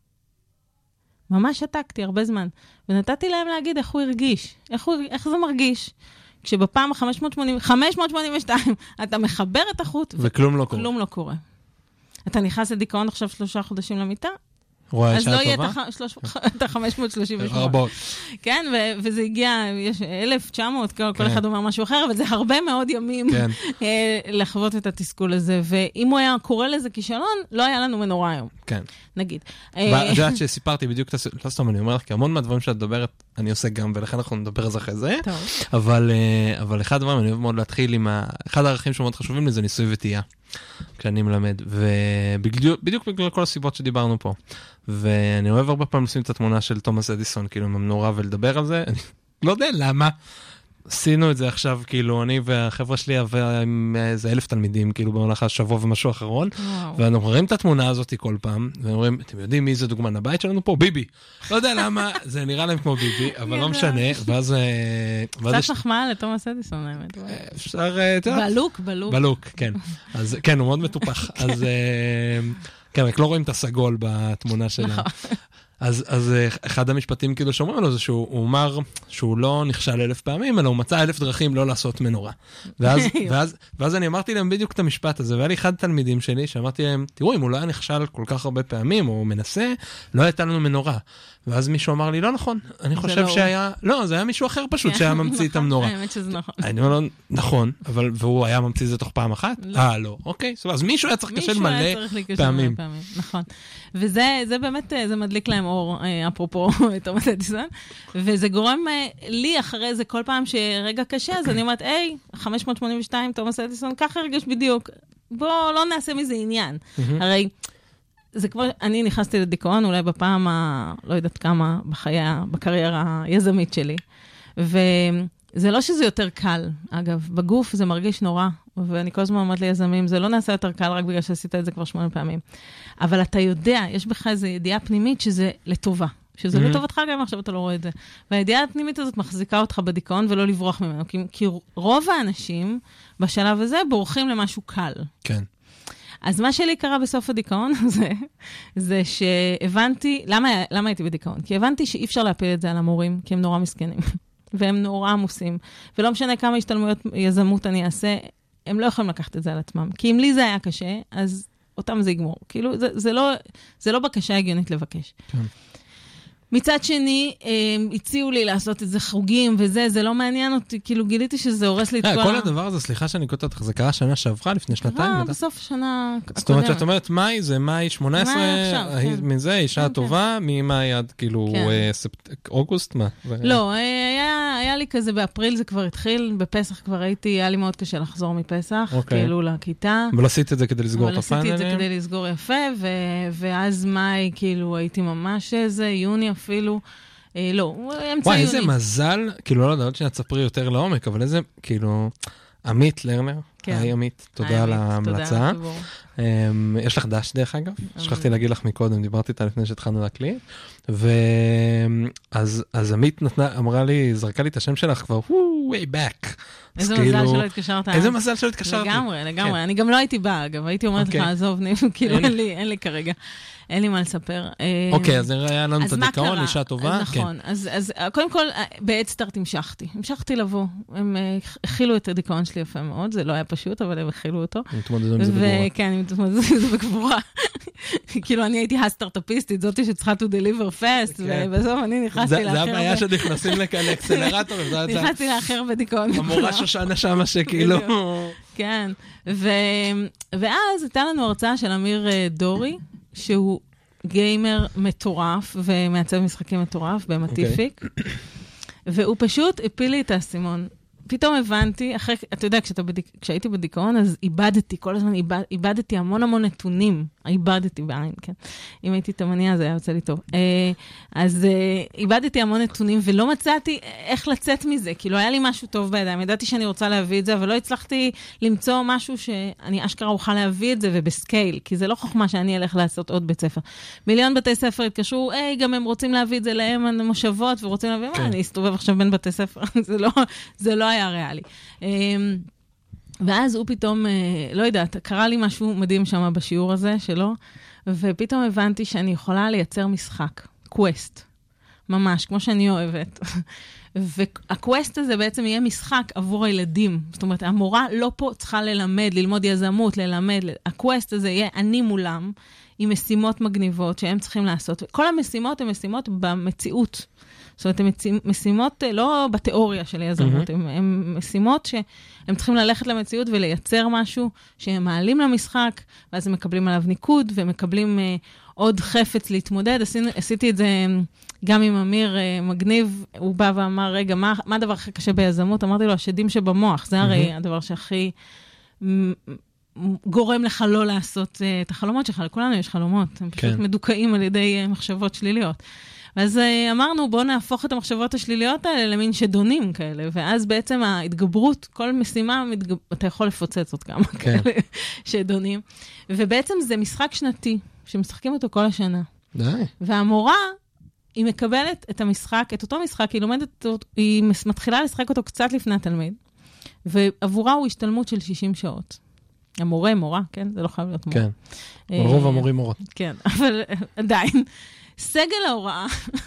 ממש שתקתי הרבה זמן. ונתתי להם להגיד איך הוא הרגיש. איך זה מרגיש. כשבפעם ה-582 אתה מחבר את החוט וכלום לא קורה. כלום לא קורה. אתה נכנס לדיכאון עכשיו 3 חודשים למיטה? אז לא יהיה את ה-538. רבות. כן, וזה הגיע, יש 1900, כל אחד אומר משהו אחר, אבל זה הרבה מאוד ימים לחוות את התסכול הזה, ואם הוא היה קורא לזה כישלון, לא היה לנו מנורה היום. כן. נגיד. את יודעת שסיפרתי בדיוק, לא סתם אני אומר לך, כי המון מהדברים שאת מדברת, אני עושה גם, ולכן אנחנו נדבר על זה אחרי זה. אבל אחד הדברים, אני אוהב מאוד להתחיל עם אחד הערכים שמאוד חשובים לי, זה ניסוי וטעייה. כשאני מלמד, ובדיוק בגלל כל הסיבות שדיברנו פה. ואני אוהב הרבה פעמים לשים את התמונה של תומאס אדיסון, כאילו, עם המנורה ולדבר על זה. אני לא יודע למה. עשינו את זה עכשיו, כאילו, אני והחבר'ה שלי עם איזה 1,000 תלמידים, כאילו, במהלך השבוע ומשהו אחרון, ואנחנו רואים את התמונה הזאת כל פעם, ואומרים, אתם יודעים מי זה דוגמן הבית שלנו פה? ביבי. לא יודע למה, זה נראה להם כמו ביבי, אבל לא משנה, ואז... קצת נחמאה לתומאס אדיסון, האמת. אפשר... בלוק. בלוק, כן. אז כן, הוא מאוד מטופח. כן, רק לא רואים את הסגול בתמונה שלה. אז אחד המשפטים כאילו שאומרים לו זה שהוא אמר שהוא לא נכשל 1000 פעמים, אלא הוא מצא 1000 דרכים לא לעשות מנורה. ואז אני אמרתי להם בדיוק את המשפט הזה, והיה לי אחד תלמידים שלי שאמרתי להם, תראו, אם הוא לא היה נכשל כל כך הרבה פעמים, או מנסה, לא הייתה לנו מנורה. ואז מישהו אמר לי, לא נכון, אני חושב שהיה, לא, זה היה מישהו אחר פשוט שהיה ממציא את המנורה. האמת שזה נכון. אני אומר לו, נכון, והוא היה ממציא זה תוך פעם אחת? לא, אוקיי, אז מישהו היה צריך לקשל מלא פעמים. נכון. וזה באמת, זה מדליק להם אור, אפרופו תומאס אדיסון, וזה גורם לי אחרי זה כל פעם שרגע קשה, אז אני אומרת, 582 תומאס אדיסון, ככה הרגש בדיוק, בוא לא נעשה מזה עניין. הרי זה כמו, אני נכנסתי לדיכאון, אולי בפעם, לא יודעת כמה, בקריירה היזמית שלי. וזה לא שזה יותר קל, אגב, בגוף זה מרגיש נורא, ואני כל הזמן אומרת ליזמים, זה לא נעשה יותר קל רק בגלל שעשית את זה כבר 8 פעמים. אבל אתה יודע, יש בך איזו ידיעה פנימית שזה לטובה. שזה לטובתך גם עכשיו אתה לא רואה את זה. והידיעה הפנימית הזאת מחזיקה אותך בדיכאון ולא לברוח ממנו. כי רוב האנשים בשלב הזה בורחים למשהו קל. כן. אז מה שלי קרה בסוף הדיכאון הזה, זה שהבנתי, למה הייתי בדיכאון? כי הבנתי שאי אפשר להפיל את זה על המורים, כי הם נורא מסכנים, והם נורא עמוסים, ולא משנה כמה השתלמויות יזמות אני אעשה, הם לא יכולים לקחת את זה על עצמם. כי אם לי זה היה קשה, אז אותם זה יגמור. כאילו, זה לא בקשה הגיונית לבקש. כן. מצד שני, הציעו לי לעשות את זה חוגים וזה, זה לא מעניין אותי, כאילו גיליתי שזה הורס לי את כל הדבר הזה, סליחה שאני קוטע אותך, זה קרה שנה שעברה לפני שנתיים? בסוף שנה הקודמת. זאת אומרת שאת אומרת, מאי זה מאי 18, מזה אישה טובה, ממאי עד כאילו אוגוסט, מה? לא, היה לי כזה באפריל זה כבר התחיל, בפסח כבר היה לי מאוד קשה לחזור מפסח, כאילו לכיתה. אבל עשית את זה כדי לסגור את הפאנלים? אבל עשיתי את זה כדי לסגור יפה, ואז מאי כאילו הייתי ממש איזה, יוני אפילו, לא, אמצע יוני. וואי, איזה מזל, כאילו לא יודעת שנצפרי יותר לעומק, אבל איזה, כאילו, עמית לרנר, היי עמית, תודה על ההמלצה. יש לך דש דרך אגב, שכחתי להגיד לך מקודם, דיברתי איתה לפני שהתחלנו להקליט, ואז עמית אמרה לי, זרקה לי את השם שלך כבר, way back. איזה מזל שלא התקשרת. איזה מזל שלא התקשרתי. לגמרי, אני גם לא הייתי באה, אגב, הייתי אומרת לך, עזוב, כאילו אין לי כרגע. אין לי מה לספר. אוקיי, אז היה לנו את הדיכאון, אישה טובה. נכון, אז קודם כל, בהדסטארט המשכתי לבוא. הם הכילו את הדיכאון שלי יפה מאוד, זה לא היה פשוט, אבל הם הכילו אותו. הם התמודדו עם זה בגבורה. כן, הם התמודדו עם זה בגבורה. כאילו, אני הייתי הסטארט-אפיסטית, זאתי שצריכה to deliver fast, ובסוף אני נכנסתי לאחר. זה הבעיה שנכנסים לאקסלרטור. נכנסתי לאחר בדיכאון. המורה שושנה שמה שכאילו... כן, ואז הייתה לנו הרצאה של אמיר דורי, שהוא גיימר מטורף, ומעצב משחקים מטורף, במטיפיק, והוא פשוט הפיל לי את האסימון. פתאום הבנתי, אתה יודע, כשהייתי בדיכאון, אז איבדתי, כל הזמן איבדתי המון נתונים. איבדתי בעין, כן. אם הייתי תמניה, זה היה יוצא לי טוב. אז איבדתי המון נתונים, ולא מצאתי איך לצאת מזה. כאילו, היה לי משהו טוב בידיים. ידעתי שאני רוצה להביא את זה, אבל לא הצלחתי למצוא משהו שאני אשכרה אוכל להביא את זה, ובסקייל, כי זה לא חוכמה שאני אלך לעשות עוד בית ספר. מיליון בתי ספר התקשרו, גם הם רוצים להביא את זה להם המושבות, ורוצים להביא, מה, אני אסתובב עכשיו בין בתי ספר. זה לא היה ריאלי. ואז הוא פתאום, לא יודעת, קרה לי משהו מדהים שם בשיעור הזה שלו, ופתאום הבנתי שאני יכולה לייצר משחק, קווסט, ממש, כמו שאני אוהבת. והקווסט הזה בעצם יהיה משחק עבור הילדים. זאת אומרת, המורה לא פה צריכה ללמוד יזמות, הקווסט הזה יהיה אני מולם, עם משימות מגניבות שהם צריכים לעשות. כל המשימות הן משימות במציאות. זאת אומרת, הן משימות לא בתיאוריה של יזמות, הן משימות שהם צריכים ללכת למציאות ולייצר משהו שהם מעלים למשחק, ואז הם מקבלים עליו ניקוד, ומקבלים עוד חפץ להתמודד. עשיתי את זה גם עם אמיר מגניב, הוא בא ואמר, רגע, מה הדבר הכי קשה ביזמות? אמרתי לו, השדים שבמוח, זה הרי הדבר שהכי גורם לך לא לעשות את החלומות שלך, לכולנו יש חלומות, הם פשוט מדוכאים על ידי מחשבות שליליות. ואז אמרנו, בואו נהפוך את המחשבות השליליות האלה למין שדונים כאלה, ואז בעצם ההתגברות, כל משימה, אתה יכול לפוצץ עוד כמה כאלה שדונים, ובעצם זה משחק שנתי, שמשחקים אותו כל השנה. די. והמורה, היא מקבלת את המשחק, את אותו משחק, היא מתחילה לשחק אותו קצת לפני התלמיד, ועבורה הוא השתלמות של 60 שעות. המורה, מורה, כן? זה לא חייב להיות מורה. כן, רוב המורים מורות. כן, אבל עדיין, סגל ההוראה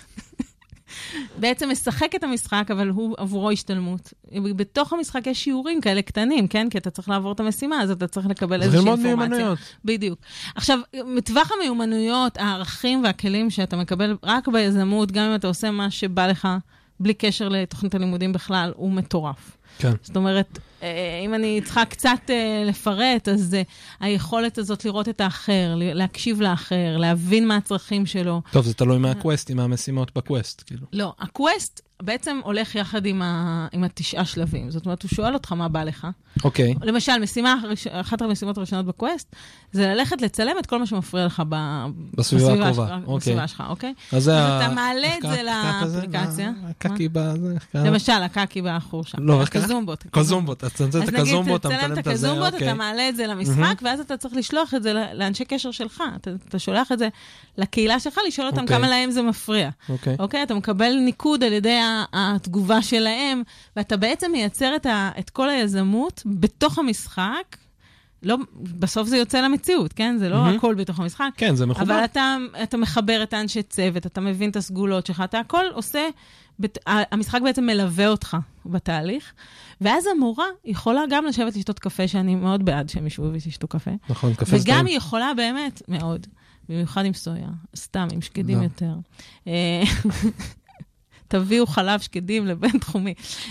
בעצם משחק את המשחק, אבל הוא עבורו השתלמות. בתוך המשחק יש שיעורים כאלה קטנים, כן? כי אתה צריך לעבור את המשימה, אז אתה צריך לקבל איזושהי אינפורמציה. זה ללמוד מיומנויות. בדיוק. עכשיו, מטווח המיומנויות, הערכים והכלים שאתה מקבל רק ביזמות, גם אם אתה עושה מה שבא לך, בלי קשר לתוכנית הלימודים בכלל, הוא מטורף. כן. זאת אומרת, אם אני צריכה קצת לפרט, אז היכולת הזאת לראות את האחר, להקשיב לאחר, להבין מה הצרכים שלו. טוב, זה תלוי מהקווסט, עם המשימות בקווסט, כאילו. לא, הקווסט בעצם הולך יחד עם 9 שלבים. זאת אומרת, הוא שואל אותך מה בא לך. אוקיי. למשל, אחת המשימות הראשונות בקווסט, זה ללכת לצלם את כל מה שמפריע לך בסביבה הקרובה. בסביבה שלך, אוקיי? אז אתה מעלה את זה לאפליקציה. הקקי בזה. למשל, הקקי באחור שם. לא, כזומבוט. כזומבוט, אתה צמצם את הכזומבוט, אתה מצלם את זה, הכזומבוט, אתה מעלה את זה למשחק, ואז אתה צריך לשלוח את זה לאנשי קשר שלך. אתה שולח את זה לקהילה שלך, לשאול אותם כמה להם זה מפריע. אוקיי? אתה מקבל ניקוד על ידי התגובה שלהם, ואתה בעצם מייצר את כל היזמות בתוך המשחק. לא, בסוף זה יוצא למציאות, כן? זה לא הכל בתוך המשחק. כן, זה מחובר. אבל אתה מחבר את האנשי צוות, אתה מבין את הסגולות שלך, אתה הכל עושה, המשחק בעצם מלווה אותך בתהליך, ואז המורה יכולה גם לשבת לשתות קפה, שאני מאוד בעד שהם ישבו וישתו קפה. נכון, קפה סתם. וגם היא יכולה באמת מאוד, במיוחד עם סויה, סתם, עם שקדים יותר. תביאו חלב שקדים לבין תחומי.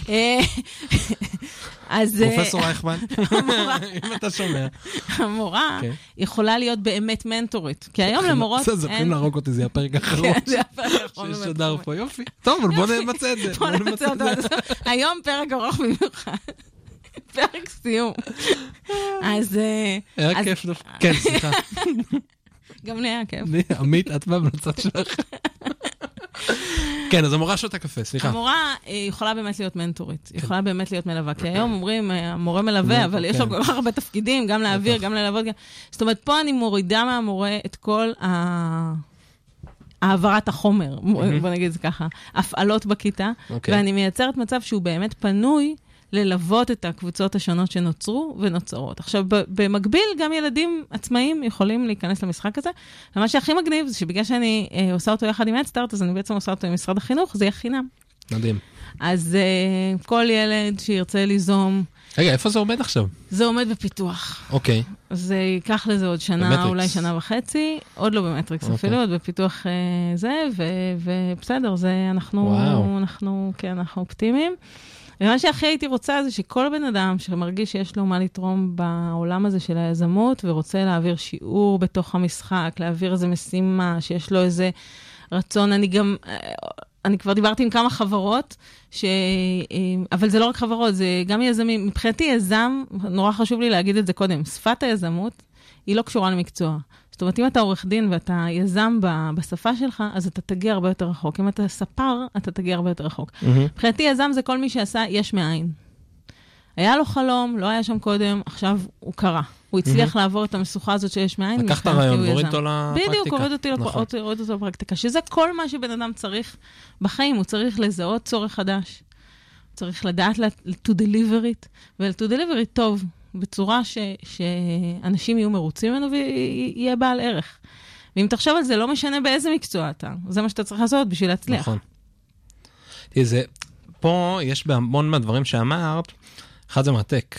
פרופסור רייכמן, אם אתה שומע. המורה יכולה להיות באמת מנטורית, כי היום למורות אין... זוכרים להרוג אותי, זה הפרק האחרון. זה הפרק האחרון. ששודר פה, יופי. טוב, אבל בוא נמצא את זה. בוא נמצא אותו. היום פרק ארוך במיוחד. פרק סיום. אז... היה כיף דווקא. כן, סליחה. גם לי היה כיף. עמית, את בהמלצת שלך. כן, אז המורה שותה קפה, סליחה. המורה יכולה באמת להיות מנטורית, היא יכולה באמת להיות מלווה, כי היום אומרים, המורה מלווה, אבל יש לו כל כך הרבה תפקידים, גם להעביר, גם ללוות. זאת אומרת, פה אני מורידה מהמורה את כל העברת החומר, בוא נגיד זה ככה, הפעלות בכיתה, ואני מייצרת מצב שהוא באמת פנוי ללוות את הקבוצות השונות שנוצרו ונוצרות. עכשיו, במקביל, גם ילדים עצמאיים יכולים להיכנס למשחק הזה, ומה שהכי מגניב זה שבגלל שאני עושה אותו יחד עם הדסטארט, אז אני בעצם עושה אותו עם משרד החינוך, זה יהיה חינם. מדהים. אז כל ילד שירצה ליזום... רגע, איפה זה עומד עכשיו? זה עומד בפיתוח. אוקיי. זה ייקח לזה עוד שנה, אולי שנה וחצי, עוד לא במטריקס אפילו, עוד בפיתוח זה, ובסדר, זה אנחנו אופטימיים. ומה שהכי הייתי רוצה זה שכל בן אדם שמרגיש שיש לו מה לתרום בעולם הזה של היזמות, ורוצה להעביר שיעור בתוך המשחק, להעביר איזה משימה, שיש לו איזה רצון. אני כבר דיברתי עם כמה חברות, אבל זה לא רק חברות, זה גם יזמים. מבחינתי יזם, נורא חשוב לי להגיד את זה קודם, שפת היזמות היא לא קשורה למקצוע. זאת אומרת, אם אתה עורך דין ואתה יזם בשפה שלך, אז אתה תגיע הרבה יותר רחוק. אם אתה ספר, אתה תגיע הרבה יותר רחוק. מבחינתי יזם זה כל מי שעשה יש מאין. היה לו חלום, לא היה שם קודם, עכשיו הוא קרה. הוא הצליח לעבור את המשוכה הזאת שיש מאין. לקח את הרעיון, הוריד אותו לפרקטיקה. בדיוק, הוריד אותו לפרקטיקה. שזה כל מה שבן אדם צריך בחיים. הוא צריך לזהות צורך חדש. הוא צריך לדעת to deliver it, ול-to deliver it טוב. בצורה שאנשים יהיו מרוצים ממנו ויהיה בעל ערך. ואם תחשוב על זה, לא משנה באיזה מקצוע אתה. זה מה שאתה צריך לעשות בשביל להצליח. נכון. פה יש בהמון מהדברים שאמרת, אחד זה מרתק,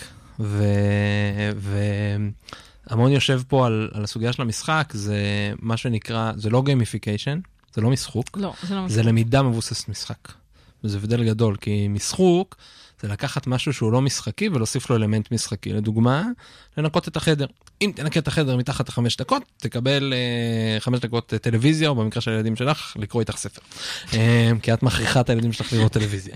והמון יושב פה על הסוגיה של המשחק, זה מה שנקרא, זה לא גיימיפיקיישן, זה לא משחוק. לא, זה לא משחוק. זה למידה מבוססת משחק. וזה הבדל גדול, כי משחוק זה לקחת משהו שהוא לא משחקי ולהוסיף לו אלמנט משחקי. לדוגמה, לנקות את החדר. אם תנקה את החדר מתחת ל5 דקות, תקבל 5 דקות טלוויזיה, או במקרה של הילדים שלך, לקרוא איתך ספר. כי את מכריחה את הילדים שלך לראות טלוויזיה.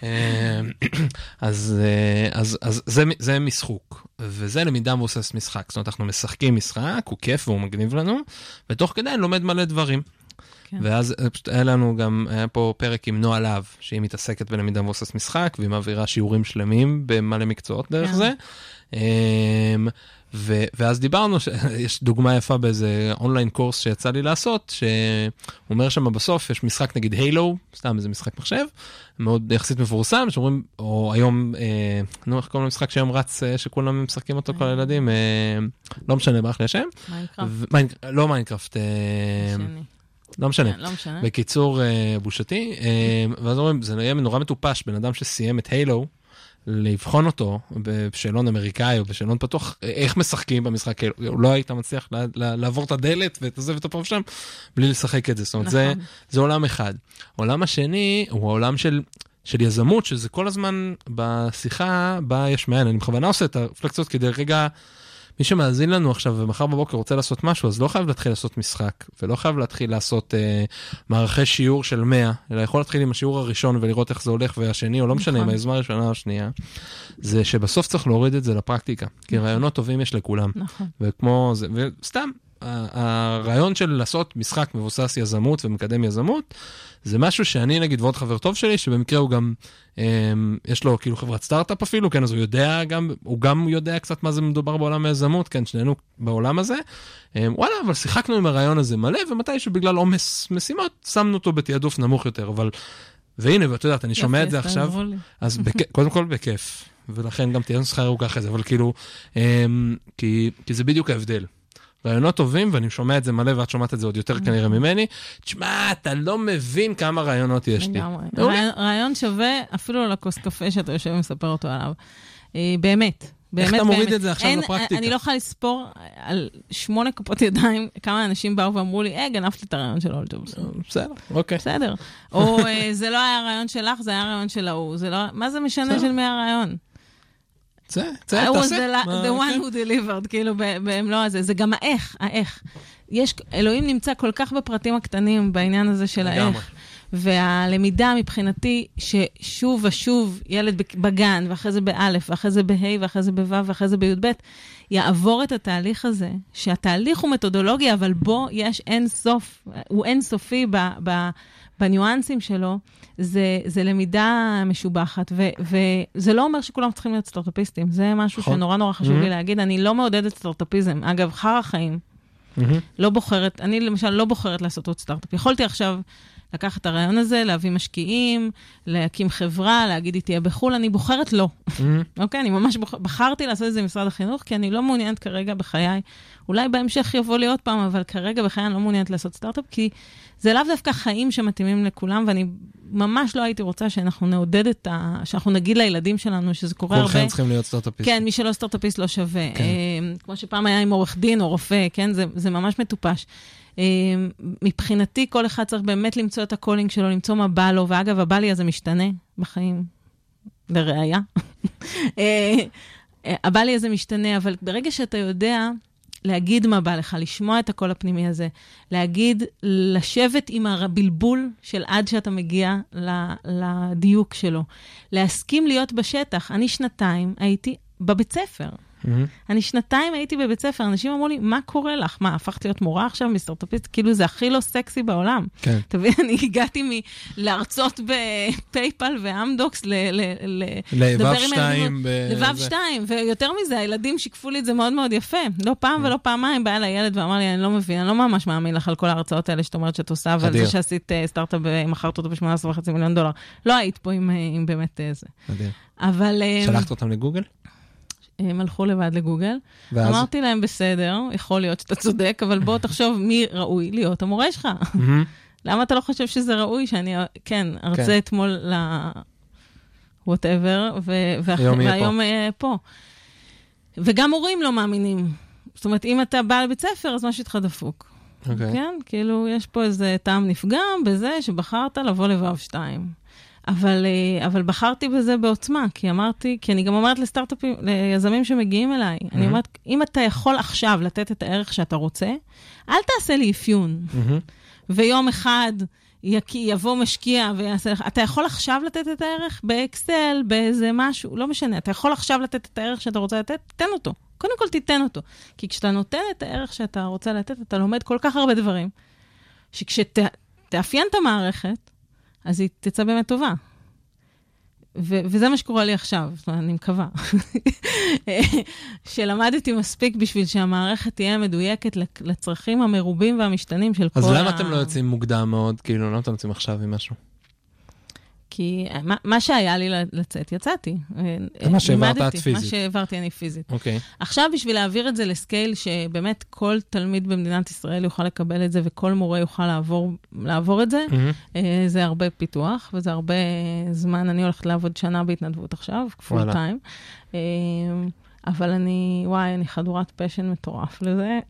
אז זה משחוק. וזה למידה מבוססת משחק. זאת אומרת, אנחנו משחקים משחק, הוא כיף והוא מגניב לנו, ותוך כדי אני לומד מלא דברים. ואז היה לנו גם, היה פה פרק עם נועה להב, שהיא מתעסקת בלמידה מבוססת משחק, והיא מעבירה שיעורים שלמים במלא מקצועות דרך זה. ואז דיברנו, יש דוגמה יפה באיזה אונליין קורס שיצא לי לעשות, שהוא אומר שם בסוף, יש משחק נגיד הילו, סתם איזה משחק מחשב, מאוד יחסית מפורסם, שאומרים, או היום, איך קוראים למשחק שהיום רץ, שכולם משחקים אותו כל הילדים, לא משנה, ברח לי השם. מיינקראפט. לא מיינקראפט. לא משנה. בקיצור, בושתי, ואז אומרים, זה יהיה נורא מטופש, בן אדם שסיים את הילו, לבחון אותו בשאלון אמריקאי או בשאלון פתוח, איך משחקים במשחק, הוא לא היית מצליח לעבור את הדלת ותעזב את הפרוב שם, בלי לשחק את זה. זאת אומרת, זה עולם אחד. העולם השני הוא העולם של יזמות, שזה כל הזמן בשיחה, בה יש מעין. אני בכוונה עושה את הרפלקציות כדי רגע, מי שמאזין לנו עכשיו ומחר בבוקר רוצה לעשות משהו, אז לא חייב להתחיל לעשות משחק, ולא חייב להתחיל לעשות מערכי שיעור של 100, אלא יכול להתחיל עם השיעור הראשון ולראות איך זה הולך, והשני, או לא משנה, עם היזמה הראשונה או השנייה, זה שבסוף צריך להוריד את זה לפרקטיקה, כי רעיונות טובים יש לכולם. וכמו זה, וסתם, הרעיון של לעשות משחק מבוסס יזמות ומקדם יזמות, זה משהו שאני נגיד ועוד חבר טוב שלי, שבמקרה הוא גם, יש לו כאילו חברת סטארט-אפ אפילו, כן, אז הוא גם יודע קצת מה זה מדובר בעולם היזמות, כן, שנינו בעולם הזה, וואלה, אבל שיחקנו עם הרעיון הזה מלא, ומתישהו בגלל עומס משימות, שמנו אותו בתיעדוף נמוך יותר, אבל, והנה, ואת יודעת, אני שומע את זה עכשיו, אז קודם כל בכיף, ולכן גם תהיה נוסחה ירוקה אחרי זה, אבל כאילו, כי זה בדיוק ההבדל. רעיונות טובים, ואני שומע את זה מלא, ואת שומעת את זה עוד יותר כנראה ממני. תשמע, אתה לא מבין כמה רעיונות יש לי. רעיון שווה, אפילו על הכוס קפה שאתה יושב ומספר אותו עליו. באמת. איך אתה מוריד את זה עכשיו לפרקטיקה? אני לא יכולה לספור על 8 כפות ידיים, כמה אנשים באו ואמרו לי, גנבתי את הרעיון של אולג'ובס. בסדר, אוקיי. בסדר. או זה לא היה הרעיון שלך, זה היה הרעיון של ההוא. מה זה משנה של מי הרעיון? תעשה. I was the one who delivered, כאילו, במלוא הזה. זה גם האיך. אלוהים נמצא כל כך בפרטים הקטנים בעניין הזה של האיך. והלמידה מבחינתי, ששוב ושוב ילד בגן, ואחרי זה באלף, ואחרי זה בה' ואחרי זה בו' ואחרי זה בי"ב, יעבור את התהליך הזה, שהתהליך הוא מתודולוגיה, אבל בו יש אין סוף, הוא אין סופי בניואנסים שלו, זה למידה משובחת, וזה לא אומר שכולם צריכים להיות סטארט-אפיסטים, זה משהו שנורא נורא חשוב לי להגיד, אני לא מעודדת סטארט-אפיזם, אגב, חר החיים, לא בוחרת, אני למשל לא בוחרת לעשות עוד סטארט-אפ, יכולתי עכשיו לקחת את הרעיון הזה, להביא משקיעים, להקים חברה, להגיד היא תהיה בחול, אני בוחרת לא. אוקיי, אני ממש בחרתי לעשות את זה במשרד החינוך, כי אני לא מעוניינת כרגע בחיי, אולי בהמשך יבוא לי עוד פעם, אבל כרגע בחיי אני לא מעוניינת לעשות סטארט-אפ, כי זה לאו דווקא חיים שמתאימים לכולם, ואני ממש לא הייתי רוצה שאנחנו נעודד שאנחנו נגיד לילדים שלנו שזה קורה הרבה. כולכם צריכים להיות סטארט-אפיסט. כן, מי שלא סטארט-אפיסט לא שווה. כמו שפעם היה עם עורך דין או רופא, כן, זה ממש מטופש. מבחינתי כל אחד צריך באמת למצוא את הקולינג שלו, למצוא מה בא לו, ואגב, הבא לי הזה משתנה בחיים, לראיה. הבא לי הזה משתנה, אבל ברגע שאתה יודע להגיד מה בא לך, לשמוע את הקול הפנימי הזה, להגיד, לשבת עם הבלבול של עד שאתה מגיע לדיוק שלו, להסכים להיות בשטח. אני 2 הייתי בבית ספר. אני 2 הייתי בבית ספר, אנשים אמרו לי, מה קורה לך? מה, הפכת להיות מורה עכשיו מסטארט-אפיסט? כאילו זה הכי לא סקסי בעולם. כן. תבין, אני הגעתי להרצות בפייפל ואמדוקס, לבב 2. לבב 2, ויותר מזה, הילדים שיקפו לי את זה מאוד מאוד יפה. לא פעם ולא פעמיים, בא לילד ואמר לי, אני לא מבין, אני לא ממש מאמין לך על כל ההרצאות האלה שאת אומרת שאת עושה, ועל זה שעשית סטארט-אפ ומכרת אותו ב$18.5 מיליון. לא היית פה עם באמת זה. אבל... שלחת אותם לגוגל? הם הלכו לבד לגוגל. אמרתי להם, בסדר, יכול להיות שאתה צודק, אבל בוא תחשוב מי ראוי להיות המורה שלך. למה אתה לא חושב שזה ראוי שאני, כן, ארצה אתמול whatever, והיום פה. וגם הורים לא מאמינים. זאת אומרת, אם אתה בא לבית ספר, אז משהו איתך דפוק. כן? כאילו, יש פה איזה טעם נפגם בזה שבחרת לבוא לבב 2. אבל בחרתי בזה בעוצמה, כי אני גם אומרת לסטארט-אפים, ליזמים שמגיעים אליי, אני אומרת, אם אתה יכול עכשיו לתת את הערך שאתה רוצה, אל תעשה לי אפיון. ויום אחד יבוא משקיע ויעשה לך, אתה יכול עכשיו לתת את הערך באקסל, באיזה משהו, לא משנה, אתה יכול עכשיו לתת את הערך שאתה רוצה לתת, תן אותו. קודם כל תיתן אותו. כי כשאתה נותן את הערך שאתה רוצה לתת, אתה לומד כל כך הרבה דברים, שכשתאפיין את המערכת, אז היא תצא באמת טובה. וזה מה שקורה לי עכשיו, אני מקווה. שלמדתי מספיק בשביל שהמערכת תהיה מדויקת לצרכים המרובים והמשתנים של כל אז למה אתם לא יוצאים מוקדם מאוד? כאילו, למה אתם יוצאים עכשיו עם משהו? כי מה שהיה לי לצאת, יצאתי. מה שהעברת את פיזית. מה שהעברתי אני פיזית. אוקיי. עכשיו, בשביל להעביר את זה לסקייל, שבאמת כל תלמיד במדינת ישראל יוכל לקבל את זה, וכל מורה יוכל לעבור את זה, זה הרבה פיתוח, וזה הרבה זמן. אני הולכת לעבוד שנה בהתנדבות עכשיו, פול טיים. אבל אני חדורת פשן מטורף לזה.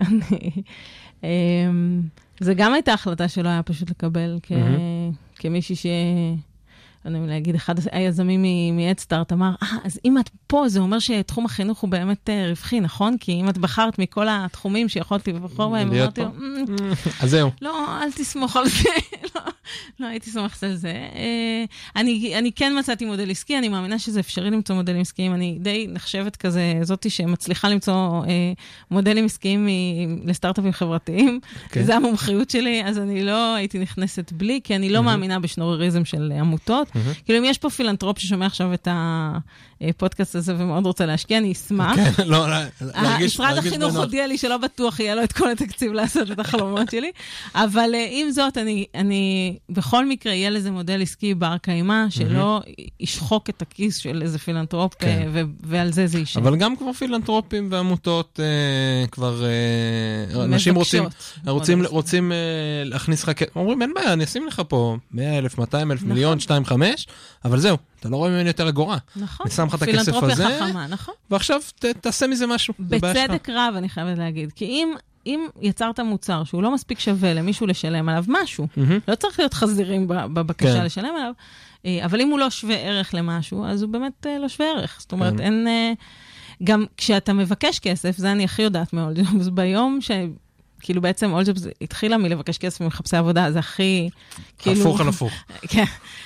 זה גם הייתה החלטה שלא היה פשוט לקבל, כמישהי אני להגיד, אחד היזמים מ-Headstart אמר, אז אם את פה, זה אומר שתחום החינוך הוא באמת רווחי, נכון? כי אם את בחרת מכל התחומים שיכולתי לבחור בהם, אמרתי, אז זהו. לא, אל תסמוך על זה. לא הייתי סומכת על זה. אני כן מצאתי מודל עסקי, אני מאמינה שזה אפשרי למצוא מודלים עסקיים, אני די נחשבת כזה, זאתי שמצליחה למצוא מודלים עסקיים לסטארט-אפים חברתיים, זה המומחיות שלי, אז אני לא הייתי נכנסת בלי, כי אני לא מאמינה בשנורריזם של עמותות. כאילו, אם יש פה פילנטרופ ששומע עכשיו את הפודקאסט הזה ומאוד רוצה להשקיע, אני אשמח. כן, לא, להרגיש משרד החינוך הודיע לי שלא בטוח יהיה לו את כל התקציב לעשות את החלומות שלי, אבל עם זאת, אני בכל מקרה יהיה לזה מודל עסקי בר קיימה, שלא ישחוק את הכיס של איזה פילנטרופ, ועל זה זה יישאר. אבל גם כבר פילנטרופים ועמותות, כבר אנשים רוצים להכניס לך, אומרים, אין בעיה, אני אשים לך פה 100,000, 200,000, מיליון, 2.5, אבל זהו, אתה לא רואה ממני יותר אגורה. נכון. אני שם לך את הכסף הזה, חכמה, נכון. ועכשיו תעשה מזה משהו. בצדק רב, אני חייבת להגיד, כי אם יצרת מוצר שהוא לא מספיק שווה למישהו לשלם עליו משהו, לא צריך להיות חזירים בבקשה לשלם עליו, אבל אם הוא לא שווה ערך למשהו, אז הוא באמת לא שווה ערך. זאת אומרת, אין... גם כשאתה מבקש כסף, זה אני הכי יודעת מאוד, ביום כאילו בעצם אולג'ובס התחילה מלבקש כסף ממחפשי עבודה, זה הכי... הפוך על הפוך. כן.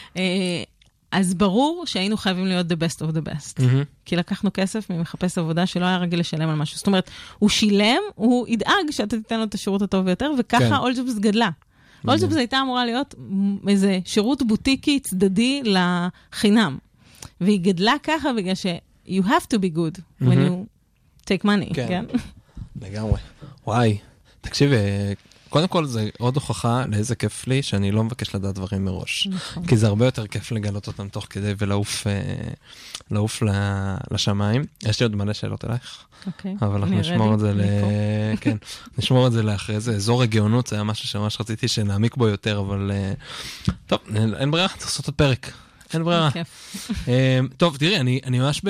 אז ברור שהיינו חייבים להיות the best of the best. כי לקחנו כסף ממחפש עבודה שלא היה רגיל לשלם על משהו. זאת אומרת, הוא שילם, הוא ידאג שאתה תיתן לו את השירות הטוב ביותר, וככה אולג'ובס גדלה. אולג'ובס הייתה אמורה להיות איזה שירות בוטיקי צדדי לחינם. והיא גדלה ככה בגלל ש- you have to be good when you take money. כן. לגמרי. וואי. תקשיב, קודם כל זה עוד הוכחה לאיזה כיף לי שאני לא מבקש לדעת דברים מראש. כי זה הרבה יותר כיף לגלות אותם תוך כדי ולעוף לשמיים. יש לי עוד מלא שאלות אלייך. אבל אנחנו נשמור את זה נשמור את זה לאחרי זה. אזור הגאונות זה היה משהו שממש רציתי שנעמיק בו יותר, אבל טוב, אין ברירה, צריך לעשות את הפרק. אין ברירה. טוב, תראי, אני ממש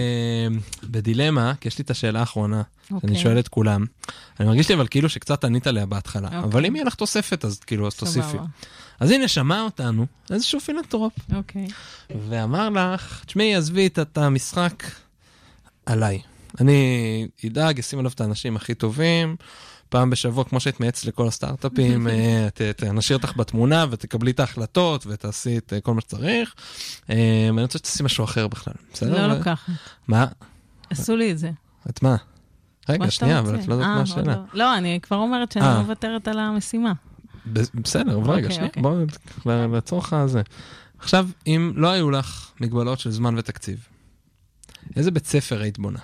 בדילמה, כי יש לי את השאלה האחרונה, אני שואל את כולם. אני מרגיש לי אבל כאילו שקצת ענית עליה בהתחלה, אבל אם יהיה לך תוספת, אז כאילו, אז תוסיפי. אז הנה, שמע אותנו, איזשהו פילנטרופ. ואמר לך, תשמעי, עזבי את המשחק עליי. אני אדאג, אשים עליו את האנשים הכי טובים, פעם בשבוע, כמו שהיית מייעץ לכל הסטארט-אפים, נשאיר אותך בתמונה ותקבלי את ההחלטות ותעשי את כל מה שצריך. אני רוצה שתעשי משהו אחר בכלל. לא לוקחת. מה? עשו לי את זה. את מה? רגע, שנייה, אבל את לא יודעת מה השאלה. לא, אני כבר אומרת שאני לא מוותרת על המשימה. בסדר, אבל רגע, שנייה. בואו לצורך הזה. עכשיו, אם לא היו לך מגבלות של זמן ותקציב, איזה בית ספר היית בונה?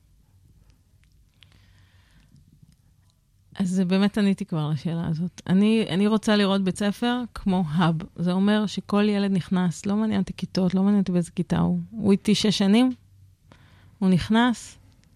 אז באמת עניתי כבר לשאלה הזאת. אני רוצה לראות בית ספר כמו האב. זה אומר שכל ילד נכנס, לא מעניין אותי כיתות, לא מעניין אותי באיזה כיתה הוא איתי 6 שנים, הוא נכנס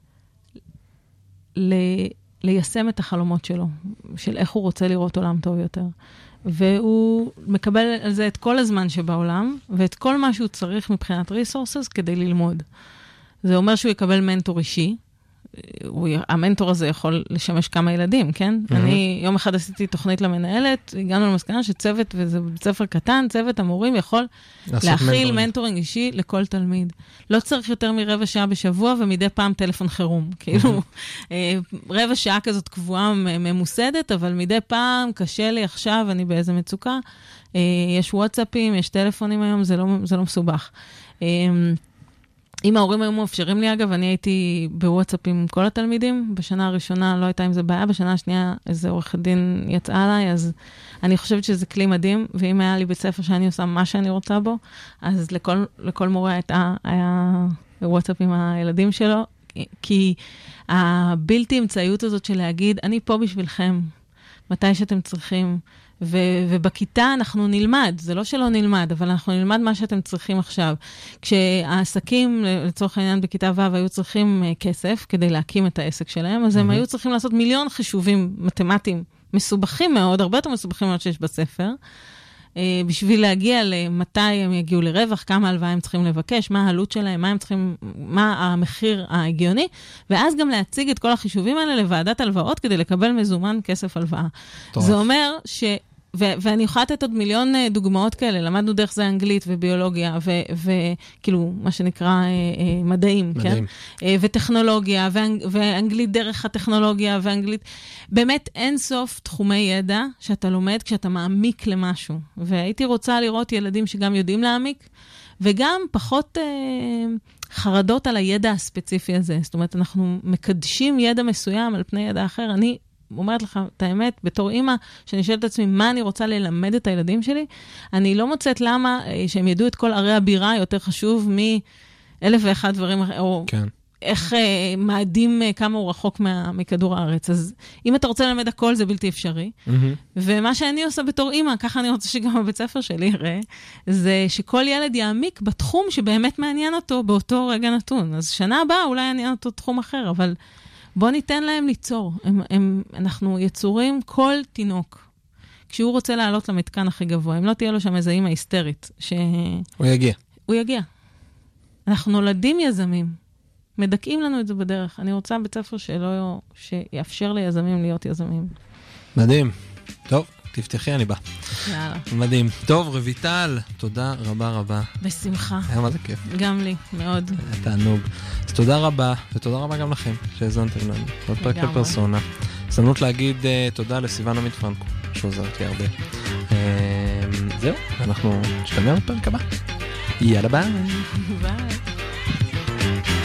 ליישם את החלומות שלו, של איך הוא רוצה לראות עולם טוב יותר. והוא מקבל על זה את כל הזמן שבעולם, ואת כל מה שהוא צריך מבחינת resources כדי ללמוד. זה אומר שהוא יקבל מנטור אישי, המנטור הזה יכול לשמש כמה ילדים, כן? אני יום אחד עשיתי תוכנית למנהלת, הגענו למסקנה שצוות, וזה בית ספר קטן, צוות המורים יכול להכיל מנטורינג אישי לכל תלמיד. לא צריך יותר מרבע שעה בשבוע, ומדי פעם טלפון חירום. כאילו, רבע שעה כזאת קבועה ממוסדת, אבל מדי פעם קשה לי עכשיו, אני באיזה מצוקה. יש וואטסאפים, יש טלפונים היום, זה לא מסובך. אם ההורים היו מאפשרים לי, אגב, אני הייתי בוואטסאפ עם כל התלמידים, בשנה הראשונה לא הייתה עם זה בעיה, בשנה השנייה איזה עורכת דין יצאה עליי, אז אני חושבת שזה כלי מדהים, ואם היה לי בית ספר שאני עושה מה שאני רוצה בו, אז לכל מורה היה וואטסאפ עם הילדים שלו, כי הבלתי אמצעיות הזאת של להגיד, אני פה בשבילכם, מתי שאתם צריכים, ובכיתה אנחנו נלמד, זה לא שלא נלמד, אבל אנחנו נלמד מה שאתם צריכים עכשיו. כשהעסקים, לצורך העניין בכיתה ו' היו צריכים כסף כדי להקים את העסק שלהם, אז הם היו צריכים לעשות מיליון חישובים מתמטיים מסובכים מאוד, הרבה יותר מסובכים מאוד שיש בספר, בשביל להגיע למתי הם יגיעו לרווח, כמה הלוואה הם צריכים לבקש, מה העלות שלהם, מה המחיר ההגיוני, ואז גם להציג את כל החישובים האלה לוועדת הלוואות, כדי לקבל מזומן כסף הלוואה. זה אומר ואני יכולה לתת עוד מיליון דוגמאות כאלה, למדנו דרך זה אנגלית וביולוגיה, וכאילו, מה שנקרא מדעים, כן? וטכנולוגיה, ואנגלית דרך הטכנולוגיה, ואנגלית, באמת אין סוף תחומי ידע שאתה לומד כשאתה מעמיק למשהו. והייתי רוצה לראות ילדים שגם יודעים להעמיק, וגם פחות חרדות על הידע הספציפי הזה. זאת אומרת, אנחנו מקדשים ידע מסוים על פני ידע אחר. אני אומרת לך את האמת, בתור אימא, שאני שואלת את עצמי, מה אני רוצה ללמד את הילדים שלי? אני לא מוצאת למה שהם ידעו את כל ערי הבירה יותר חשוב מאלף ואחד דברים, או כן. איך מאדים כמה הוא רחוק מכדור הארץ. אז אם אתה רוצה ללמד הכל, זה בלתי אפשרי. ומה שאני עושה בתור אימא, ככה אני רוצה שגם הבית ספר שלי יראה, זה שכל ילד יעמיק בתחום שבאמת מעניין אותו באותו רגע נתון. אז שנה הבאה אולי יעניין אותו תחום אחר, אבל בוא ניתן להם ליצור. אנחנו יצורים כל תינוק. כשהוא רוצה לעלות למתקן הכי גבוה, אם לא תהיה לו שם איזו אימא היסטרית, הוא יגיע. הוא יגיע. אנחנו נולדים יזמים. מדכאים לנו את זה בדרך. אני רוצה בית ספר שיאפשר ליזמים להיות יזמים. מדהים. טוב, תפתחי, אני בא. יאללה. מדהים. טוב, רויטל, תודה רבה רבה. בשמחה. היה מה זה כיף. גם לי, מאוד. היה תענוג. אז תודה רבה, ותודה רבה גם לכם שהזנתם לנו. עוד פרק של פרסונה. הזדמנות להגיד תודה לסיוון עמית פרנקו, שעוזרת לי הרבה. זהו, אנחנו נשתמע בפרק הבא. יאללה ביי. ביי.